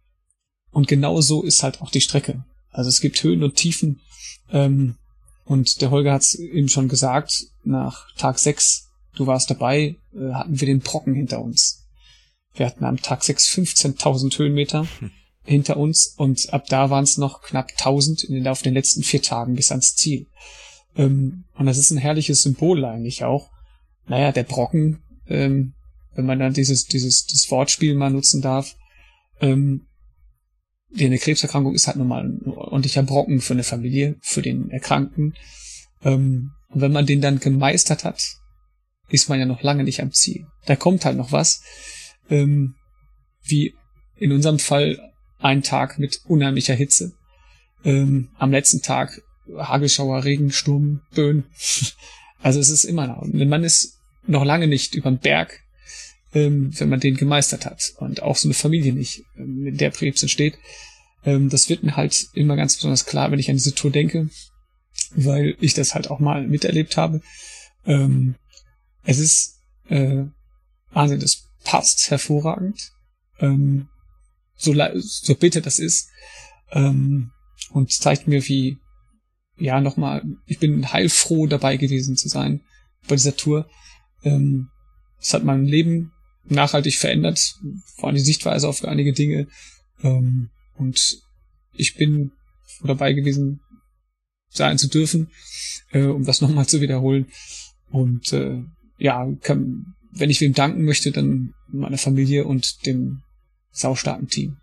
Und genau so ist halt auch die Strecke. Also es gibt Höhen und Tiefen, ähm, und der Holger hat es eben schon gesagt, nach Tag sechs, du warst dabei, äh, hatten wir den Brocken hinter uns. Wir hatten am Tag sechs fünfzehntausend Höhenmeter hm. hinter uns und ab da waren es noch knapp tausend in den, auf den letzten vier Tagen bis ans Ziel. Ähm, und das ist ein herrliches Symbol eigentlich auch. Naja, der Brocken, ähm, wenn man dann dieses, dieses, das Wortspiel mal nutzen darf, ähm, eine Krebserkrankung ist halt nochmal ein ordentlicher Brocken für eine Familie, für den Erkrankten. Ähm, und wenn man den dann gemeistert hat, ist man ja noch lange nicht am Ziel. Da kommt halt noch was, ähm, wie in unserem Fall ein Tag mit unheimlicher Hitze. Ähm, am letzten Tag Hagelschauer, Regen, Sturm, Böen. Also es ist immer noch. Und man ist noch lange nicht überm Berg, ähm, wenn man den gemeistert hat. Und auch so eine Familie nicht, ähm, in der Krebs entsteht. Ähm, das wird mir halt immer ganz besonders klar, wenn ich an diese Tour denke, weil ich das halt auch mal miterlebt habe. Ähm, es ist äh, Wahnsinn, das passt hervorragend. Ähm, so, so bitter das ist. Ähm, und zeigt mir, wie, ja, nochmal, ich bin heilfroh dabei gewesen zu sein bei dieser Tour. Ähm, es hat mein Leben nachhaltig verändert, vor allem die Sichtweise auf einige Dinge. Ähm, und ich bin dabei gewesen, sein zu dürfen, äh, um das nochmal zu wiederholen. Und äh, ja, kann, wenn ich wem danken möchte, dann meiner Familie und dem saustarken Team.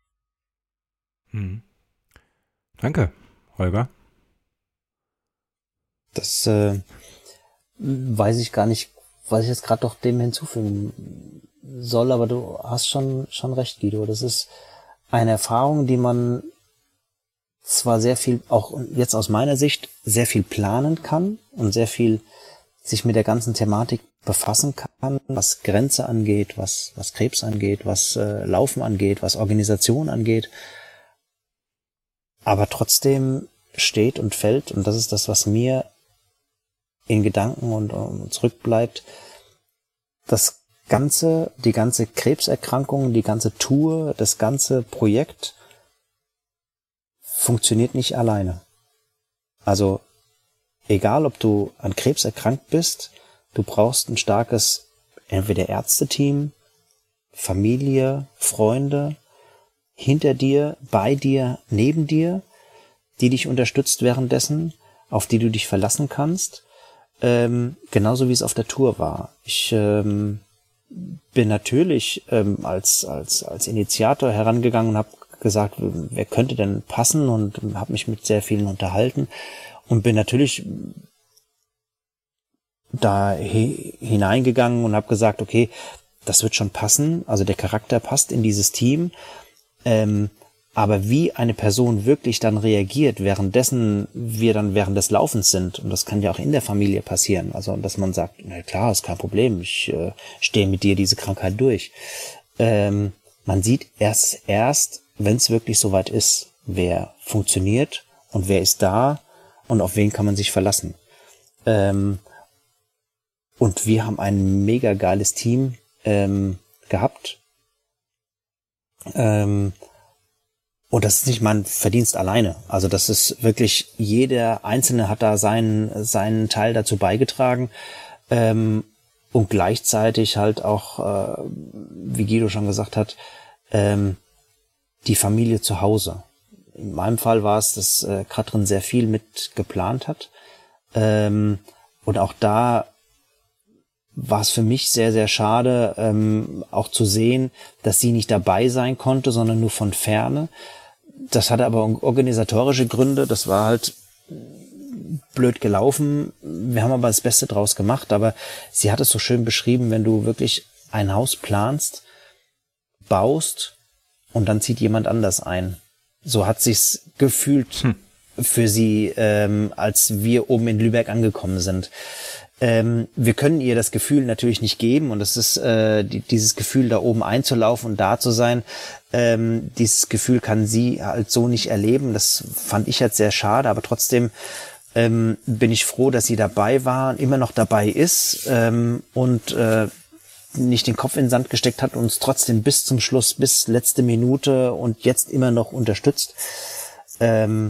Hm. Danke, Holger. Das äh, weiß ich gar nicht, was ich jetzt gerade doch dem hinzufügen soll, aber du hast schon schon recht, Guido. Das ist eine Erfahrung, die man zwar sehr viel, auch jetzt aus meiner Sicht, sehr viel planen kann und sehr viel sich mit der ganzen Thematik befassen kann, was Grenze angeht, was was Krebs angeht, was äh, Laufen angeht, was Organisation angeht, aber trotzdem steht und fällt, und das ist das, was mir in Gedanken und, und zurückbleibt, das ganze, die ganze Krebserkrankung, die ganze Tour, das ganze Projekt funktioniert nicht alleine. Also egal, ob du an Krebs erkrankt bist, du brauchst ein starkes, entweder Ärzteteam, Familie, Freunde, hinter dir, bei dir, neben dir, die dich unterstützt währenddessen, auf die du dich verlassen kannst, ähm, genauso wie es auf der Tour war. Ich ähm, bin natürlich ähm, als als als Initiator herangegangen und habe gesagt, wer könnte denn passen, und habe mich mit sehr vielen unterhalten und bin natürlich da he- hineingegangen und habe gesagt, okay, das wird schon passen, also der Charakter passt in dieses Team, ähm, aber wie eine Person wirklich dann reagiert, währenddessen wir dann während des Laufens sind, und das kann ja auch in der Familie passieren, also dass man sagt, na klar, ist kein Problem, ich äh, stehe mit dir diese Krankheit durch. Ähm, man sieht erst, erst, wenn es wirklich soweit ist, wer funktioniert und wer ist da und auf wen kann man sich verlassen. Ähm, und wir haben ein mega geiles Team ähm, gehabt. Ähm, Und das ist nicht mein Verdienst alleine. Also das ist wirklich, jeder Einzelne hat da seinen, seinen Teil dazu beigetragen. Ähm, und gleichzeitig halt auch, äh, wie Guido schon gesagt hat, ähm, die Familie zu Hause. In meinem Fall war es, dass äh, Katrin sehr viel mit geplant hat. Ähm, und auch da war es für mich sehr, sehr schade, ähm, auch zu sehen, dass sie nicht dabei sein konnte, sondern nur von Ferne. Das hatte aber organisatorische Gründe, das war halt blöd gelaufen. Wir haben aber das Beste draus gemacht, aber sie hat es so schön beschrieben, wenn du wirklich ein Haus planst, baust und dann zieht jemand anders ein. So hat sich's gefühlt hm. für sie, ähm, als wir oben in Lübeck angekommen sind. Ähm, wir können ihr das Gefühl natürlich nicht geben und es ist äh, die, dieses Gefühl, da oben einzulaufen und da zu sein, ähm, dieses Gefühl kann sie halt so nicht erleben. Das fand ich jetzt sehr schade, aber trotzdem ähm, bin ich froh, dass sie dabei war und immer noch dabei ist ähm, und äh, nicht den Kopf in den Sand gesteckt hat und uns trotzdem bis zum Schluss, bis letzte Minute und jetzt immer noch unterstützt. Ähm,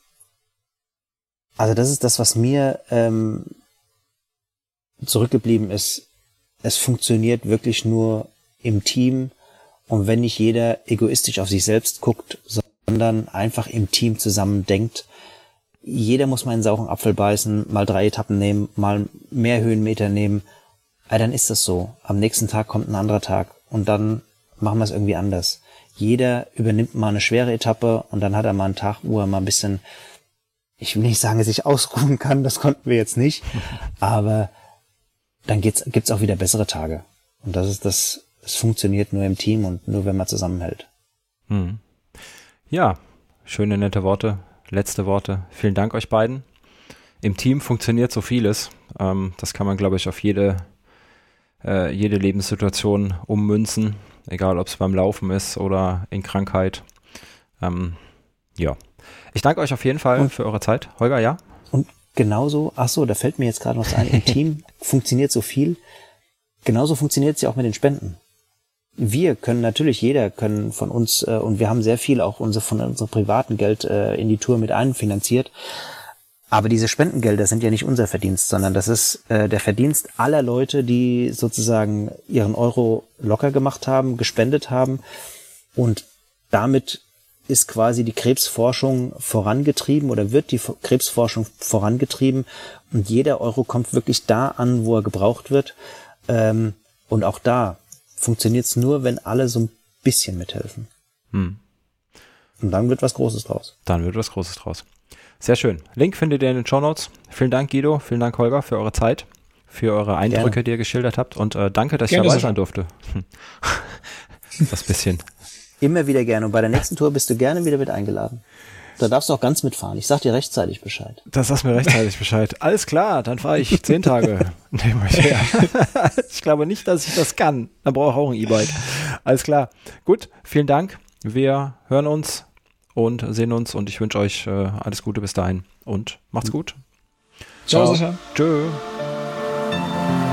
also das ist das, was mir ähm, zurückgeblieben ist. Es funktioniert wirklich nur im Team und wenn nicht jeder egoistisch auf sich selbst guckt, sondern einfach im Team zusammen denkt. Jeder muss mal einen sauren Apfel beißen, mal drei Etappen nehmen, mal mehr Höhenmeter nehmen. Ja, dann ist das so. Am nächsten Tag kommt ein anderer Tag und dann machen wir es irgendwie anders. Jeder übernimmt mal eine schwere Etappe und dann hat er mal einen Tag, wo er mal ein bisschen, ich will nicht sagen, sich ausruhen kann, das konnten wir jetzt nicht, aber dann geht's, gibt's auch wieder bessere Tage. Und das ist das, es funktioniert nur im Team und nur, wenn man zusammenhält. Hm. Ja, schöne, nette Worte, letzte Worte. Vielen Dank euch beiden. Im Team funktioniert so vieles. Ähm, das kann man, glaube ich, auf jede, äh, jede Lebenssituation ummünzen, egal ob es beim Laufen ist oder in Krankheit. Ähm, ja. Ich danke euch auf jeden Fall und für eure Zeit. Holger, ja? Und genauso, ach so, da fällt mir jetzt gerade noch ein, im Team funktioniert so viel. Genauso funktioniert es ja auch mit den Spenden. Wir können natürlich, jeder können von uns, äh, und wir haben sehr viel auch unsere, von unserem privaten Geld äh, in die Tour mit einfinanziert. Aber diese Spendengelder sind ja nicht unser Verdienst, sondern das ist äh, der Verdienst aller Leute, die sozusagen ihren Euro locker gemacht haben, gespendet haben. Und damit ist quasi die Krebsforschung vorangetrieben oder wird die Krebsforschung vorangetrieben. Und jeder Euro kommt wirklich da an, wo er gebraucht wird. Ähm, und auch da funktioniert es nur, wenn alle so ein bisschen mithelfen. Hm. Und dann wird was Großes draus. Dann wird was Großes draus. Sehr schön. Link findet ihr in den Shownotes. Vielen Dank, Guido. Vielen Dank, Holger, für eure Zeit, für eure Eindrücke, Gerne. die ihr geschildert habt. Und äh, danke, dass Gerne ich dabei sein durfte. Das bisschen. Immer wieder gerne. Und bei der nächsten Tour bist du gerne wieder mit eingeladen. Da darfst du auch ganz mitfahren. Ich sag dir rechtzeitig Bescheid. Das sagst mir rechtzeitig Bescheid. Alles klar, dann fahre ich zehn Tage. Ich glaube nicht, dass ich das kann. Dann brauche ich auch ein E-Bike. Alles klar. Gut, vielen Dank. Wir hören uns und sehen uns und ich wünsche euch äh, alles Gute bis dahin und macht's gut. Ciao, Ciao. Sascha. Tschö.